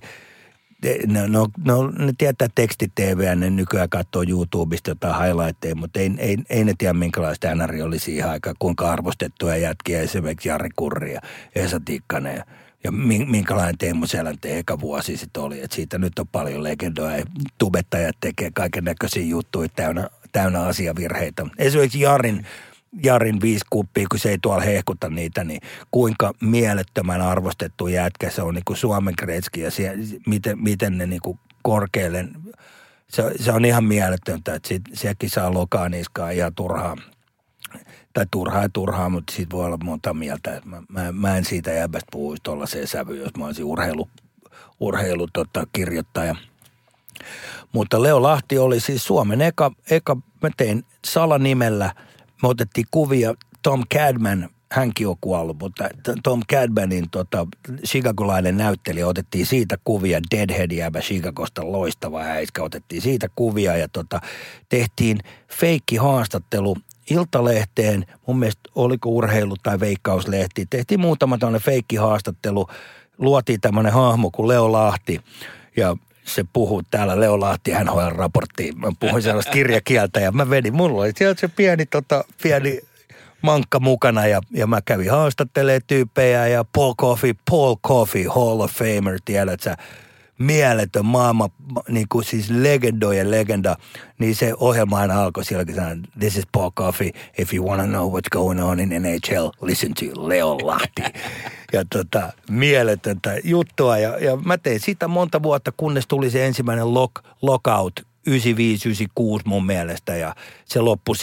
ne tietää teksti-TV:ä, ne nykyään katsoo YouTubesta jotain highlightteja, mutta ei ne tiedä minkälaista NR oli siihen aikaan, kuinka arvostettuja jätkiä esimerkiksi Jari Kurri ja Esa Tikkanen ja minkälainen Teemu Selänteen eka vuosi sitten oli, että siitä nyt on paljon legendoja ja tubettajat tekee kaiken näköisiä juttuja täynnä asiavirheitä. Esimerkiksi Jarin 5 kuppia, kun se ei tuolla hehkuta niitä, niin kuinka mielettömän arvostettu jätkä se on niin kuin Suomen Gretzky ja miten ne niin kuin korkealle, se on ihan mieletöntä, että sielläkin saa lokaa niskaan ihan turhaa. Tai turhaa, mutta siitä voi olla monta mieltä. Mä en siitä jäbästä puhuisi tuollaiseen sävyyn, jos mä olisin kirjoittaja. Mutta Leo Lahti oli siis Suomen eka mä tein salanimellä. Me otettiin kuvia Tom Cadman hänkin on kuollut, mutta Tom Cadmanin chicagolainen näyttelijä otettiin siitä kuvia, Deadhead-jäbä Chicagosta, loistava häiskä, otettiin siitä kuvia ja tehtiin feikki haastattelu Iltalehteen, mun mielestä oliko urheilu- tai veikkauslehti, tehtiin muutama tämmöinen feikki haastattelu, luotiin tämmöinen hahmo kuin Leo Lahti ja se puhuu täällä Leo Lahti NHL-raporttiin. Mä puhuin sellaista kirjakieltä ja mä vedin. Mulla oli sieltä se pieni mankka mukana ja mä kävin haastattelemaan tyyppejä ja Paul Coffey, Hall of Famer, tiedät sä, mieletön maailma, niin kuin siis legendojen legenda, niin se ohjelma aina alkoi sielläkin sanoa, this is Paul Coffey, if you want to know what's going on in NHL, listen to Leo Lahti. Ja mieletöntä juttua ja mä tein sitä monta vuotta, kunnes tuli se ensimmäinen lockout 95-96 mun mielestä ja se loppui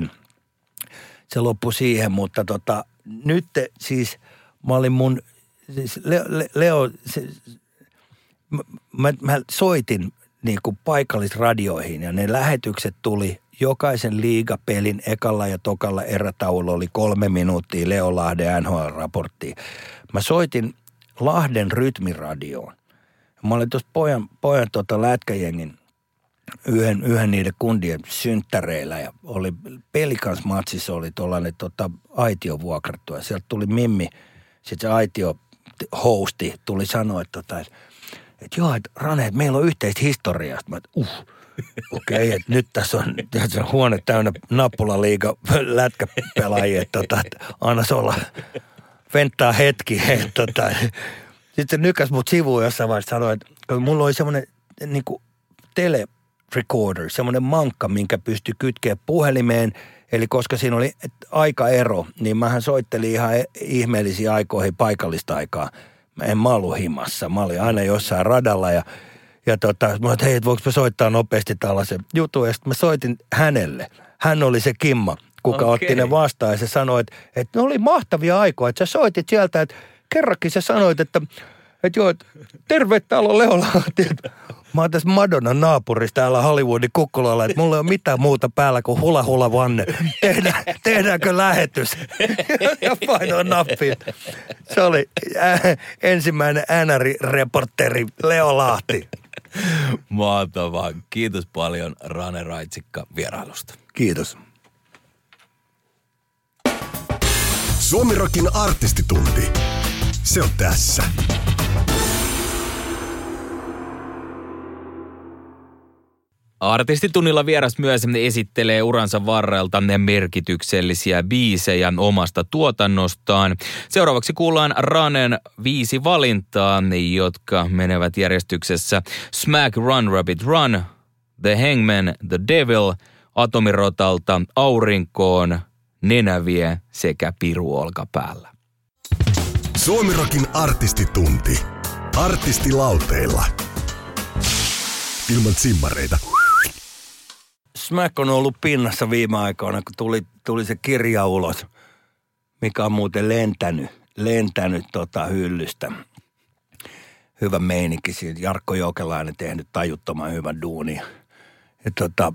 siihen, mutta nyt siis mä olin siis Leo, mä soitin niin kuin paikallisradioihin ja ne lähetykset tuli jokaisen liigapelin ekalla ja tokalla erätauolla oli 3 minuuttia Leo Lahden NHL-raporttiin. Mä soitin Lahden rytmiradioon. Mä olin tuossa pojan lätkäjengin yhden niiden kundien synttäreillä ja oli Pelikans-matsissa oli tuollainen aitio vuokrattu ja sieltä tuli Mimmi, sitten se aitio hosti tuli sanoa, että joo, että Rane, että meillä on yhteistä historiaa. Mä okei, että nyt tässä on huone täynnä nappulaliiga lätkäpelaajia, että anna se olla, venttaa hetki. Sitten se nykäs mut sivuun jossain vaiheessa sanoi, että mulla oli semmoinen niin kuin telerecorder, semmoinen mankka, minkä pystyi kytkeä puhelimeen. Eli koska siinä oli aikaero, niin mähän soittelin ihan ihmeellisiin aikoihin paikallista aikaa. Mä ollut himassa. Mä olin aina jossain radalla ja mä olin, että hei, voinko mä soittaa nopeasti tällaisen jutun. Ja sitten mä soitin hänelle. Hän oli se Kimma, kuka otti ne vastaan ja se sanoi, että ne oli mahtavia aikoja. Että sä soitit sieltä, että kerrankin sä sanoit, että joo, että terve, täällä on Leo Lahti. Mä oon tässä Madonnan naapurissa täällä Hollywoodin kukkulalla, että mulla ei ole mitään muuta päällä kuin hula vanne. Tehdäänkö lähetys? Ja painoin nappiin. Se oli ensimmäinen NR-reporteri Leo Lahti. Mahtavaa. Kiitos paljon Rane Raitsikka vierailusta. Kiitos. Suomirokin artistitunti. Se on tässä. Artistitunnilla vieras myös esittelee uransa varrelta merkityksellisiä biisejä omasta tuotannostaan. Seuraavaksi kuullaan Ranen 5 valintaa, jotka menevät järjestyksessä Smack Run Rabbit Run, The Hangman, The Devil, Atomirotalta Aurinkoon, Nenävie sekä Piru olkapäällä. Suomirokin artistitunti. Artistilauteilla. Ilman simmareita. Smack on ollut pinnassa viime aikoina, kun tuli se kirja ulos, mikä on muuten lentänyt hyllystä. Hyvä meininki siitä. Jarkko Jokelainen tehnyt tajuttoman hyvän duunin. Ja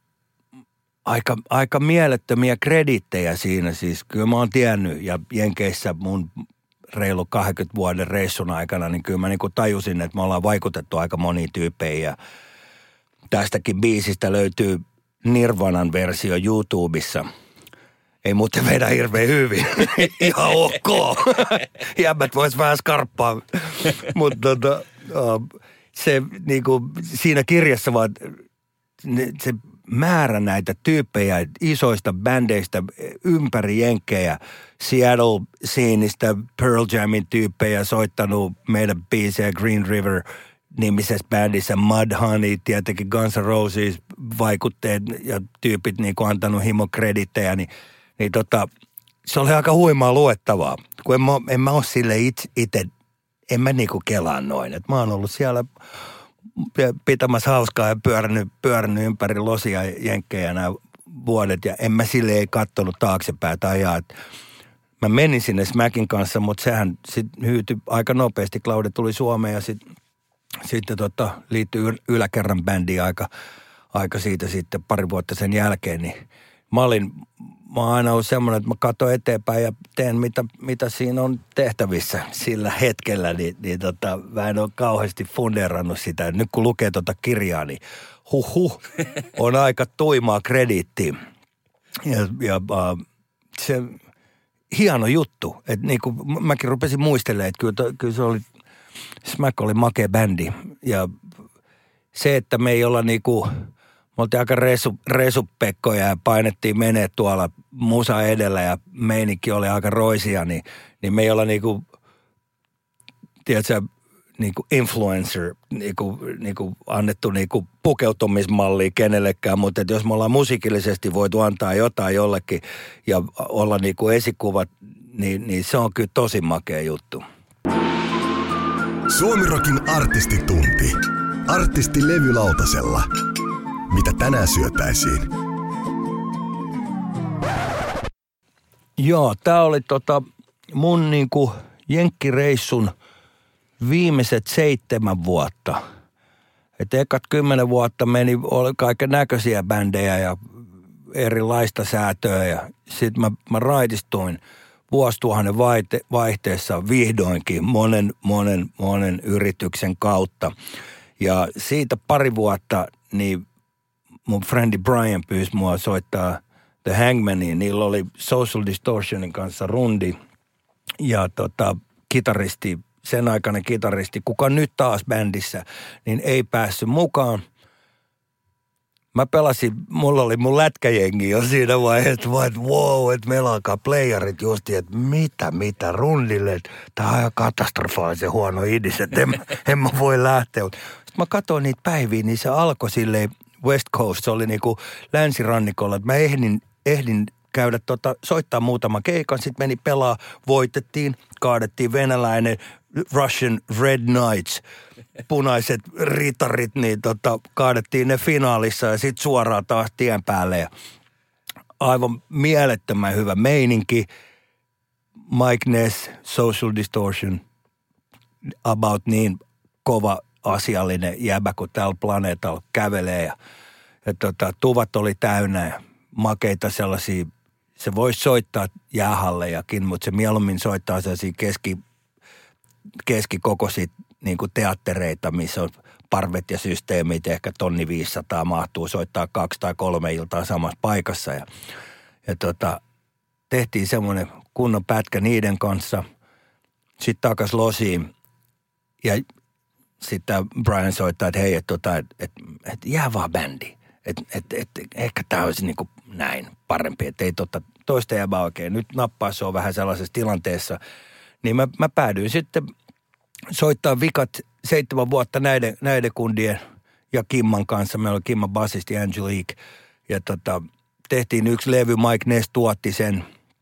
aika mielettömiä kredittejä siinä siis. Kyllä mä oon tiennyt ja Jenkeissä mun reilu 20 vuoden reissun aikana, niin kyllä mä niin kuin tajusin, että me ollaan vaikutettu aika moniin tyyppeihin ja tästäkin biisistä löytyy Nirvanan versio YouTubessa. Ei muuten vedä hirveän hyvin. Ihan ok. Jäbät vois vähän skarppaa. Mutta se niinku siinä kirjassa vaan se määrä näitä tyyppejä isoista bändeistä ympäri jenkkejä. Seattle-scenistä Pearl Jamin tyyppejä soittanut meidän biisejä Green River nimisessä bändissä, Mudhoney, tietenkin Guns N' Roses vaikutteet ja tyypit niin kuin antanut himokredittejä, niin se oli aika huimaa luettavaa. Kun en mä ole sille itse, en mä niinku kelaa noin. Et mä oon ollut siellä pitämässä hauskaa ja pyörännyt ympäri losia jenkkejä nämä vuodet ja en mä silleen kattonut taaksepäin tai ajaa. Mä menin sinne Smackin kanssa, mutta sehän sitten hyytyi aika nopeasti. Claude tuli Suomeen ja sitten liittyi yläkerran bändiin aika siitä sitten pari vuotta sen jälkeen, niin mä oon aina ollut semmoinen, että mä katson eteenpäin ja teen mitä siinä on tehtävissä sillä hetkellä, niin mä en ole kauheasti fundeerannut sitä. Nyt kun lukee kirjaa, niin on aika tuimaa krediittiä. Ja se hieno juttu, että niin kuin mäkin rupesin muistelemaan, että kyllä se oli, Smack oli makea bändi ja se, että me ei olla niinku, me oltiin aika resupekkoja ja painettiin menee tuolla musa edellä ja meininki oli aika roisia, niin me ei olla niinku, tiedätkö, niinku influencer, niinku annettu niinku pukeutumismallia kenellekään, mutta että jos me ollaan musiikillisesti voitu antaa jotain jollekin ja olla niinku esikuvat, niin se on kyllä tosi makea juttu. Suomirokin artistitunti. Artisti levylautasella. Mitä tänään syötäisiin? Joo, tää oli mun niinku jenkkireissun viimeiset 7 vuotta. Et ekat 10 vuotta oli kaiken näköisiä bändejä ja erilaista säätöä ja sit mä raidistuin vuosituhannen vaihteessa vihdoinkin monen yrityksen kautta. Ja siitä pari vuotta niin mun friendi Brian pyysi mua soittaa The Hangmaniin. Niillä oli Social Distortionin kanssa rundi ja kitaristi, sen aikainen kitaristi, kuka nyt taas bändissä, niin ei päässyt mukaan. Mä pelasin, mulla oli mun lätkäjengi jo siinä vaiheessa, että wow, että meillä alkaa playerit justi, että mitä rundille, että tää on ihan katastrofaalisen huono idis, että en mä voi lähteä. Sitten mä katsoin niitä päiviä, niin se alkoi silleen West Coast, se oli niinku länsirannikolla, että mä ehdin käydä soittaa muutaman keikan, sitten meni pelaa, voitettiin, kaadettiin venäläinen Russian Red Knights, punaiset ritarit, niin kaadettiin ne finaalissa ja sitten suoraan taas tien päälle. Ja aivan mielettömän hyvä meininki. Mike Ness, Social Distortion, about niin kova asiallinen jäbä, kun täällä planeetalla kävelee. Ja tuvat oli täynnä ja makeita sellaisia, se voisi soittaa jäähallejakin, mutta se mieluummin soittaa sellaisia keskikokoisia niin kuin teattereita, missä on parvet ja systeemit, ehkä 1500 mahtuu soittaa 2 tai 3 iltaa samassa paikassa. Ja tehtiin semmoinen kunnon pätkä niiden kanssa, sitten takas losiin ja sitten Brian soittaa, että hei, että jää vaan bändi. Että ehkä tämä olisi niin kuin näin parempi, että ei toista jääbää oikein. Nyt nappaa se on vähän sellaisessa tilanteessa. Niin mä päädyin sitten soittaa vikat 7 vuotta näiden kundien ja Kimman kanssa. Meillä oli Kimman basisti Angelique. Ja tehtiin yksi levy, Mike Ness tuotti sen.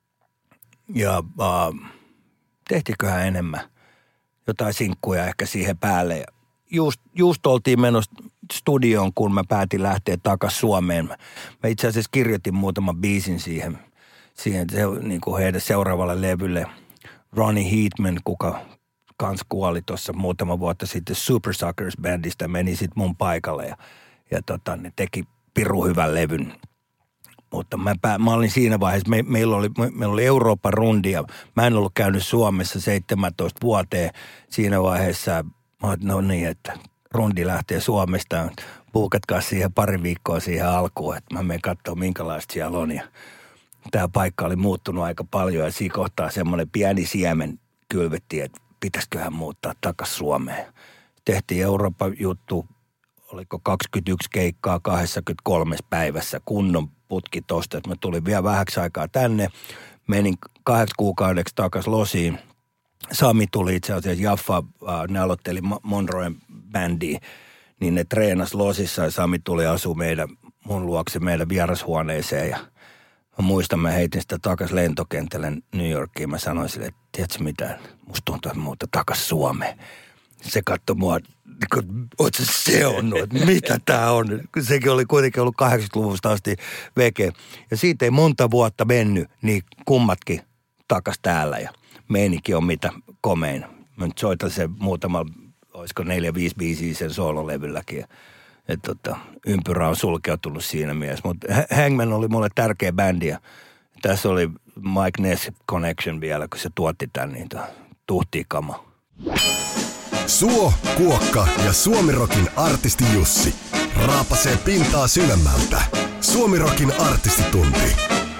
Ja tehtiinköhän enemmän jotain sinkkuja ehkä siihen päälle. Ja just oltiin menossa studioon, kun mä päätin lähteä takaisin Suomeen. Mä itse asiassa kirjoitin muutaman biisin siihen niin kuin heidän seuraavalle levylle. Ronnie Heatman, kuka kans kuoli tuossa muutama vuotta sitten Super Suckers-bändistä, meni sitten mun paikalle ja ne teki pirun hyvän levyn. Mutta mä olin siinä vaiheessa, meillä oli Euroopan rundi ja mä en ollut käynyt Suomessa 17 vuoteen. Siinä vaiheessa mä olin, no niin, että rundi lähtee Suomesta, puukatkaa siihen pari viikkoa siihen alkuun, että mä menen katsomaan minkälaista siellä on. Ja tämä paikka oli muuttunut aika paljon ja siinä kohtaa semmoinen pieni siemen kylvettiin, että pitäisiköhän muuttaa takaisin Suomeen. Tehtiin Euroopan juttu, oliko 21 keikkaa 23 päivässä, kunnon putki tosta. Mä tulin vielä vähäksi aikaa tänne, menin 8 kuukaudeksi takaisin losiin. Sami tuli itse asiassa, Jaffa, ne aloitteli Monroen bändiin, niin ne treenasi losissa ja Sami tuli asua mun luokse meidän vierashuoneeseen ja mä muistan, mä heitin sitä takaisin lentokentälle New Yorkiin. Mä sanoin sille, että tiedätkö mitä, musta tuntuu, että muuta takaisin Suomeen. Se katsoi mua, niin oot sä seonnut, että mitä tää on. Sekin oli kuitenkin ollut 80-luvusta asti veke. Ja siitä ei monta vuotta mennyt, niin kummatkin takas täällä ja meininki on mitä komein. Mä nyt soitan sen muutama, olisiko 4-5 biisiä sen soololevylläkin. ympyrä on sulkeutunut siinä mielessä. Mutta Hangman oli mulle tärkeä bändi ja tässä oli Mike Ness Connection vielä, kun se tuotti tän, niin tuhtii kama. Suo, Kuokka ja Suomirokin artisti Jussi raapasee pintaa sydämältä. Suomirokin artistitunti.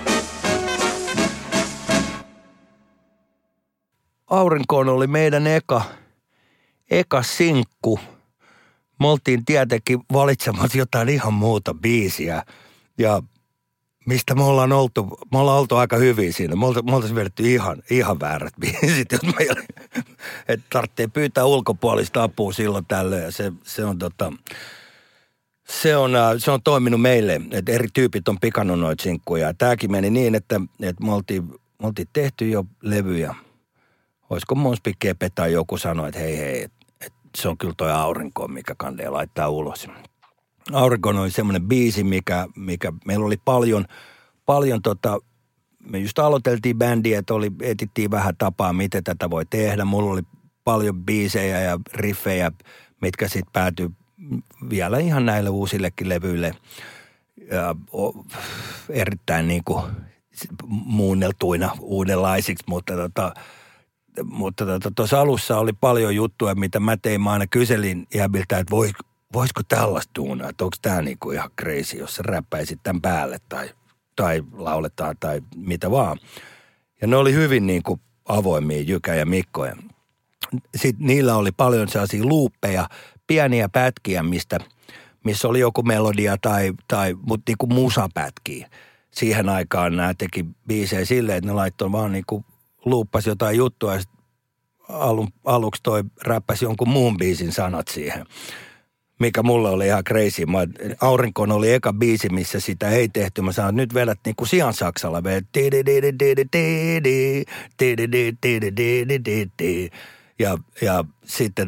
Aurinkoon oli meidän eka sinkku. Me oltiin tietenkin valitsemassa jotain ihan muuta biisiä. Ja mistä me ollaan oltu aika hyviä siinä. Me oltaisiin vedetty ihan väärät biisit, jos meillä, että tarvitsee pyytää ulkopuolista apua silloin tällöin. Ja se on toiminut meille, että eri tyypit on pikannut noita sinkkuja. Tämäkin meni niin, että me oltiin tehty jo levyjä. Olisiko Monspi Kepe tai joku sanoi, että hei, että se on kyllä toi Aurinko, mikä kandee laittaa ulos. Aurinko oli semmoinen biisi, mikä meillä oli paljon me just aloiteltiin bändiä, että etittiin vähän tapaa, miten tätä voi tehdä. Mulla oli paljon biisejä ja riffejä, mitkä sitten päätyi vielä ihan näille uusillekin levyille. Ja erittäin niinku muunneltuina uudenlaisiksi, mutta tuossa alussa oli paljon juttuja, mitä mä tein. Mä aina kyselin jäbiltä, että voisiko tällaista duunaa, että onko tämä niinku ihan crazy, jos sä räppäisit tämän päälle tai lauletaan tai mitä vaan. Ja ne oli hyvin niinku avoimia, Jykä ja Mikko. Ja sitten niillä oli paljon sellaisia luuppeja, pieniä pätkiä, missä oli joku melodia mutta niinku musapätkiä. Siihen aikaan nämä teki biisejä silleen, että ne laittoi vaan niinku luuppasi jotain juttua ja aluksi toi räppäsi jonkun muun biisin sanat siihen, mikä mulle oli ihan crazy. Aurinkoon oli eka biisi, missä sitä ei tehty. Mä sanoin, että nyt vedät niinku sian saksalla. Ja sitten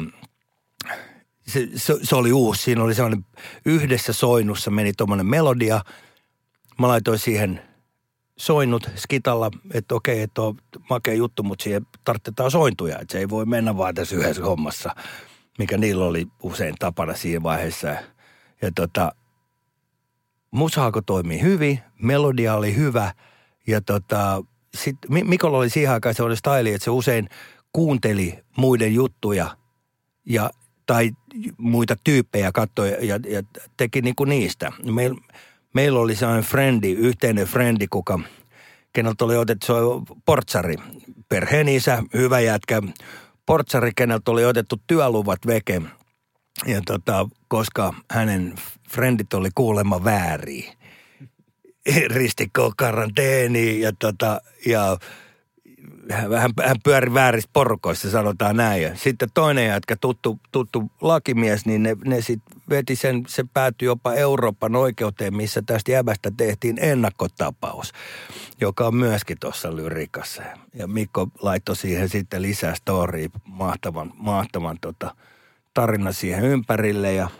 se oli uusi. Siinä oli sellainen yhdessä soinnussa meni tommonen melodia. Mä laitoin siihen soinnut skitalla, että okei, että on makea juttu, mutta siihen tarvitaan sointuja, että se ei voi mennä vaan tässä yhdessä hommassa, mikä niillä oli usein tapana siinä vaiheessa. Ja musaako toimii hyvin, melodia oli hyvä ja sitten Mikolla oli siihen aikaan se oli style, että se usein kuunteli muiden juttuja tai muita tyyppejä katsoi ja teki niinku niistä. Meillä oli sellainen yhteinen frendi, keneltä oli otettu, se on portsari, perheenisä, hyvä jätkä, portsari, keneltä oli otettu työluvat veke. Ja koska hänen frendit oli kuulemma väärin, ristikkoon karanteeniin ja hän pyöri vääristä porukoissa, sanotaan näin. Ja sitten toinen jätkä, tuttu lakimies, niin ne sitten veti se päätyi jopa Euroopan oikeuteen, missä tästä jäbästä tehtiin ennakkotapaus, joka on myöskin tuossa lyrikassa. Ja Mikko laittoi siihen sitten lisää storya, mahtavan tarina siihen ympärille ja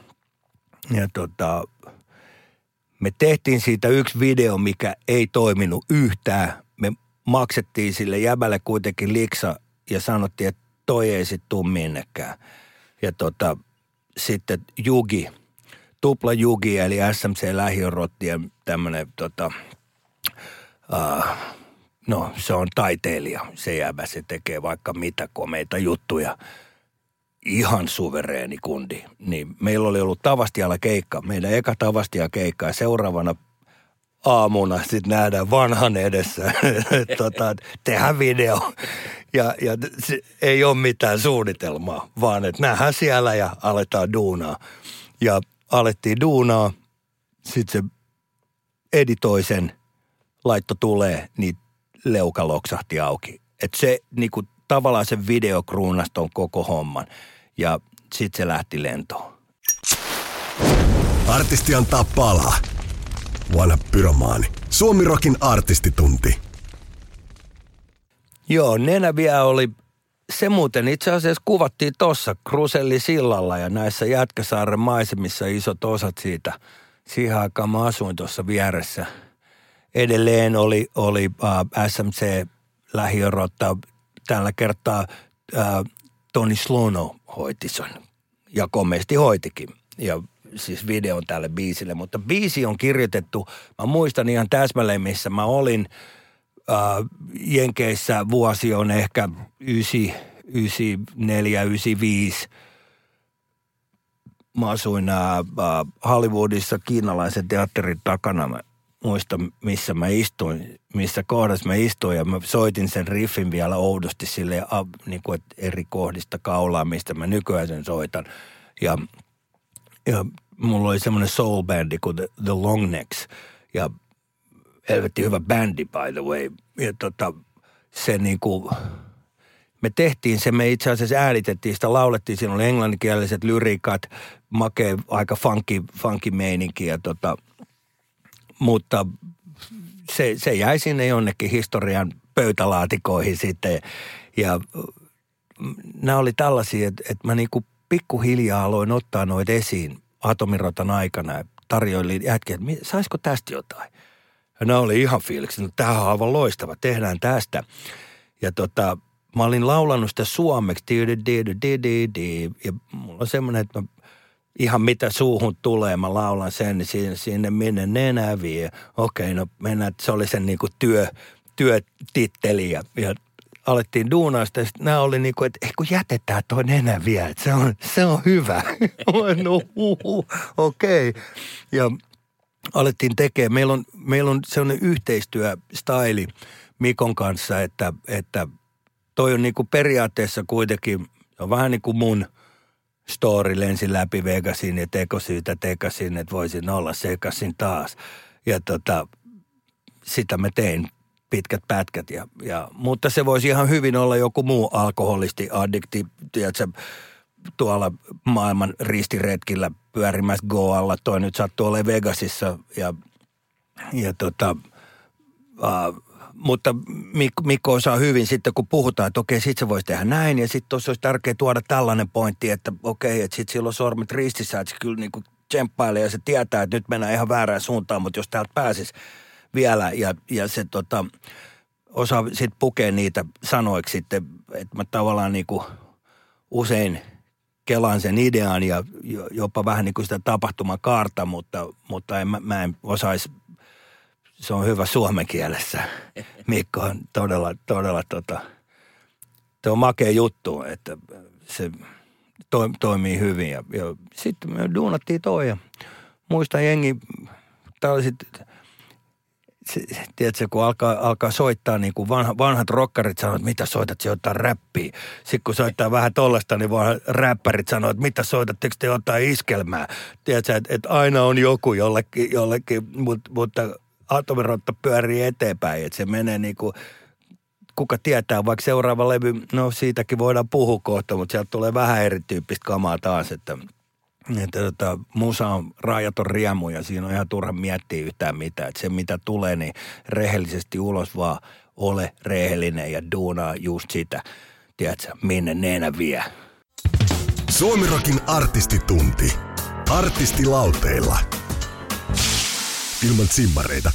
me tehtiin siitä yksi video, mikä ei toiminut yhtään. Me maksettiin sille jäbälle kuitenkin liksa ja sanottiin, että toi ei sit tuu minnekään. Ja sitten Jugi, Tupla Jugi eli SMC-lähiörottien tämmönen se on taiteilija. Se jäbä, se tekee vaikka mitä komeita juttuja. Ihan suvereeni kundi. Niin meillä oli ollut Tavastialla keikka, meidän eka Tavastia keikka ja seuraavana aamuna sitten nähdään vanhan edessä, tehdään video ja ei ole mitään suunnitelmaa, vaan että nähdään siellä ja aletaan duunaa. Ja alettiin duunaa, sitten se editoi sen, laitto tulee, niin leuka loksahti auki. Että se niinku tavallaan se video kruunasi ton koko homman ja sitten se lähti lentoon. Artisti antaa palaa. Vanha pyromaani. Suomirokin artistitunti. Joo, Nenäviä oli, se muuten itse asiassa kuvattiin tuossa Krusellisillalla ja näissä Jätkäsaaren maisemissa isot osat siitä. Siihen aikaan mä asuin tuossa vieressä. Edelleen oli SMC-lähiörotta. Tällä kertaa Toni Slono hoiti sen ja komeasti hoitikin. Ja siis videon tälle biisille, mutta biisi on kirjoitettu, mä muistan ihan täsmälleen, missä mä olin Jenkeissä, vuosi on ehkä 94, 95. Mä asuin Hollywoodissa kiinalaisen teatterin takana. Mä muistan, missä mä istuin, missä kohdassa mä istuin ja mä soitin sen riffin vielä oudosti silleen, niin kuin, eri kohdista kaulaa, mistä mä nykyään sen soitan. Ja mulla oli semmoinen soul-bändi kuin The Longnecks ja helvetti hyvä bändi, by the way. Ja se niinku, me tehtiin se, me itse asiassa äänitettiin sitä, laulettiin, siinä oli englanninkieliset lyriikat, makea, aika funky meininki ja mutta se jäi sinne jonnekin historian pöytälaatikoihin sitten ja nämä oli tällaisia, että mä niinku pikkuhiljaa aloin ottaa noita esiin Atomirotan aikana ja tarjoilin jätkiä, että saisiko tästä jotain? Ja nämä oli ihan fiiliksi, että tämähän on aivan loistava, tehdään tästä. Ja mä olin laulanut sitä suomeksi, ja mulla on semmoinen, että mä ihan mitä suuhun tulee, mä laulan sen, niin sinne minne nenä vie. Okei, no mennään, se oli sen niinku työtitteli ja alettiin duunaa sitä. Nämä oli niinku, että kun jätetään toi nenä vie, että se on hyvä. No okei. Ja alettiin tekemään. Meillä on sellainen yhteistyöstaili Mikon kanssa, että toi on niinku periaatteessa kuitenkin, on vähän niin kuin mun story, lensin läpi Vegasin ja tekosyytä tekasin, että voisin olla sekaisin taas. Ja sitä mä tein pitkät pätkät. Mutta se voisi ihan hyvin olla joku muu alkoholisti, addikti, tiedätkö, tuolla maailman ristiretkillä pyörimässä Goalla. Toi nyt sattuu olemaan Vegasissa mutta Mikko osaa hyvin sitten, kun puhutaan, että okei, sit se voisi tehdä näin. Ja sitten tuossa olisi tärkeää tuoda tällainen pointti, että okei, että sitten silloin sormet ristissä, että se kyllä niin kuin tsemppailee ja se tietää, että nyt mennään ihan väärään suuntaan, mutta jos täältä pääsisi vielä ja se osaa sitten pukea niitä sanoiksi sitten, että mä tavallaan niin kuin usein kelaan sen idean ja jopa vähän niin kuin sitä tapahtumakaarta, mutta mä en osaisi. Se on hyvä suomen kielessä. Mikko on todella se on makea juttu, että se toimii hyvin. Ja sitten me duunattiin toi ja muistan jengi, tällaiset, tiedätkö, kun alkaa soittaa niin kuin vanhat rockarit sanoo, että mitä soitat, se jotain räppiä. Sitten kun soittaa vähän tollasta, niin räppärit sanoo, että mitä soitatteko te jotain iskelmää. Tiedätkö, että aina on joku jollekin, mutta Atomirotta pyörii eteenpäin, että se menee niin kuin, kuka tietää, vaikka seuraava levy, no siitäkin voidaan puhua kohta, mutta sieltä tulee vähän erityyppistä kamaa taas, että musa on raajaton riemu ja siinä on ihan turha miettiä yhtään mitään, että se mitä tulee, niin rehellisesti ulos vaan ole rehellinen ja duunaa just sitä, tiedätkö, minne nenä vie. Suomirokin artistitunti. Artistilauteilla. Ilman simmareita.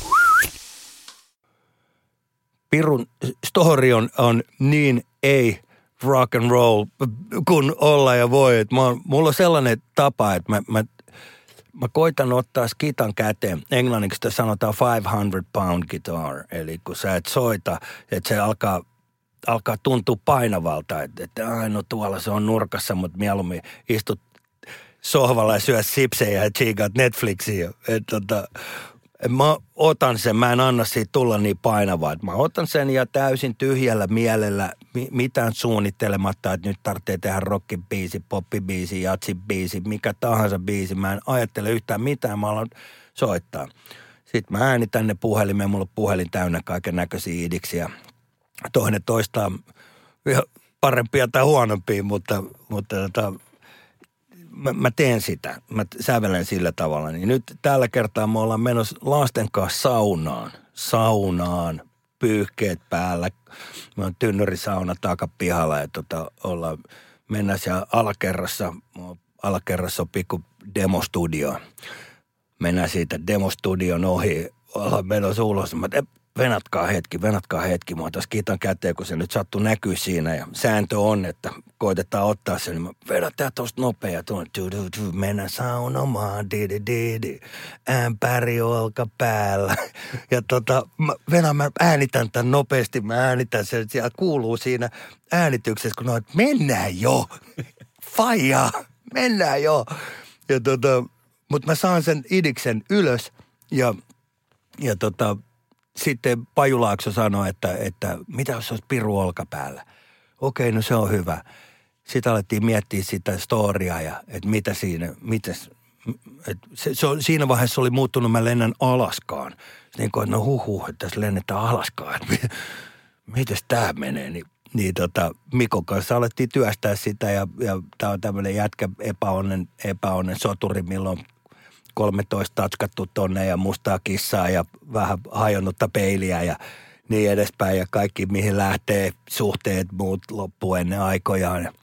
Pirun story on niin ei rock and roll kun olla ja voi. Mulla on sellainen tapa, että mä koitan ottaa skitan käteen. Englanniksi sitä sanotaan 500 pound guitar. Eli kun sä et soita, että se alkaa tuntua painavalta. Että no tuolla se on nurkassa, mutta mieluummin istut sohvalla ja syö sipsejä ja chiigaat Netflixiä. Mä otan sen, mä en anna siitä tulla niin painavaa. Mä otan sen ja täysin tyhjällä mielellä, mitään suunnittelematta, että nyt tarvitsee tehdä rockin-biisi, poppibiisi, jatsin-biisi, mikä tahansa biisi. Mä en ajattele yhtään mitään, mä alan soittaa. Sitten mä äänitän ne puhelimeen, mulla on puhelin täynnä kaiken näköisiä idiksiä. Toinen toistaa parempia tai huonompia, mutta mä teen sitä. Mä sävelen sillä tavalla. Niin nyt tällä kertaa me ollaan menossa lasten kanssa saunaan, pyyhkeet päällä. Me on tynnyrisauna takapihalla ja mennään siellä alakerrassa on pikku demostudio. Mennään siitä demostudion ohi, ollaan menossa ulos. venatkaa hetki. Mä otan kiitan käteen, kun se nyt sattui näkyy siinä. Ja sääntö on, että koitetaan ottaa sen. Niin mä vedetään tosta nopea. Mennään saunomaan, di. Ämpäri olkapäällä. Ja mä äänitän tämän nopeasti. Mä äänitän sen. Siellä kuuluu siinä äänityksessä, kun no, mennään jo. Faija, mennään jo. Ja mutta mä saan sen idiksen ylös ja sitten Pajulaakso sanoi, että mitä jos olisi piru olkapäällä. Okei, no se on hyvä. Sitten alettiin miettiä sitä storya ja että mitä siinä, siinä vaiheessa oli muuttunut, mä lennän Alaskaan. Sitten niin kuin, no että tässä lennetään Alaskaan, että mites tää menee, niin Mikon kanssa alettiin työstää sitä ja tää on tämmöinen jätkä epäonnen soturi, milloin 13 tatskattu tonne ja mustaa kissaa ja vähän hajonnutta peiliä ja niin edespäin ja kaikki mihin lähtee suhteet muut loppuu ennen aikojaan. Ja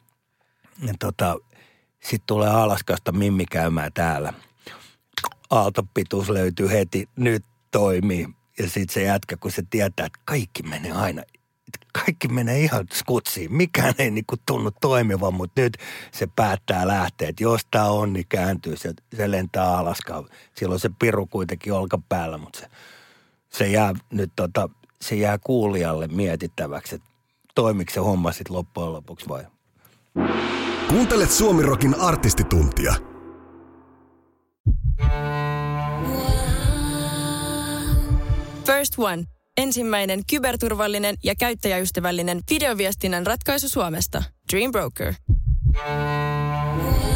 sitten tulee Alaskasta Mimmi käymään täällä. Aaltopituus löytyy heti, nyt toimii. Ja sitten se jätkä, kun se tietää, että kaikki menee ihan skutsiin. Mikään ei niinku tunnu toimivan, mutta nyt se päättää lähteä, että jos tää on, niin kääntyy. Se lentää Alaskaan. Silloin se piru kuitenkin olkapäällä, mutta se jää nyt se jää kuulijalle mietittäväksi, että toimiko se homma sitten loppujen lopuksi vai? Kuuntelet Suomi-rokin artistituntia. First One. Ensimmäinen kyberturvallinen ja käyttäjäystävällinen videoviestinnän ratkaisu Suomesta. Dream Broker.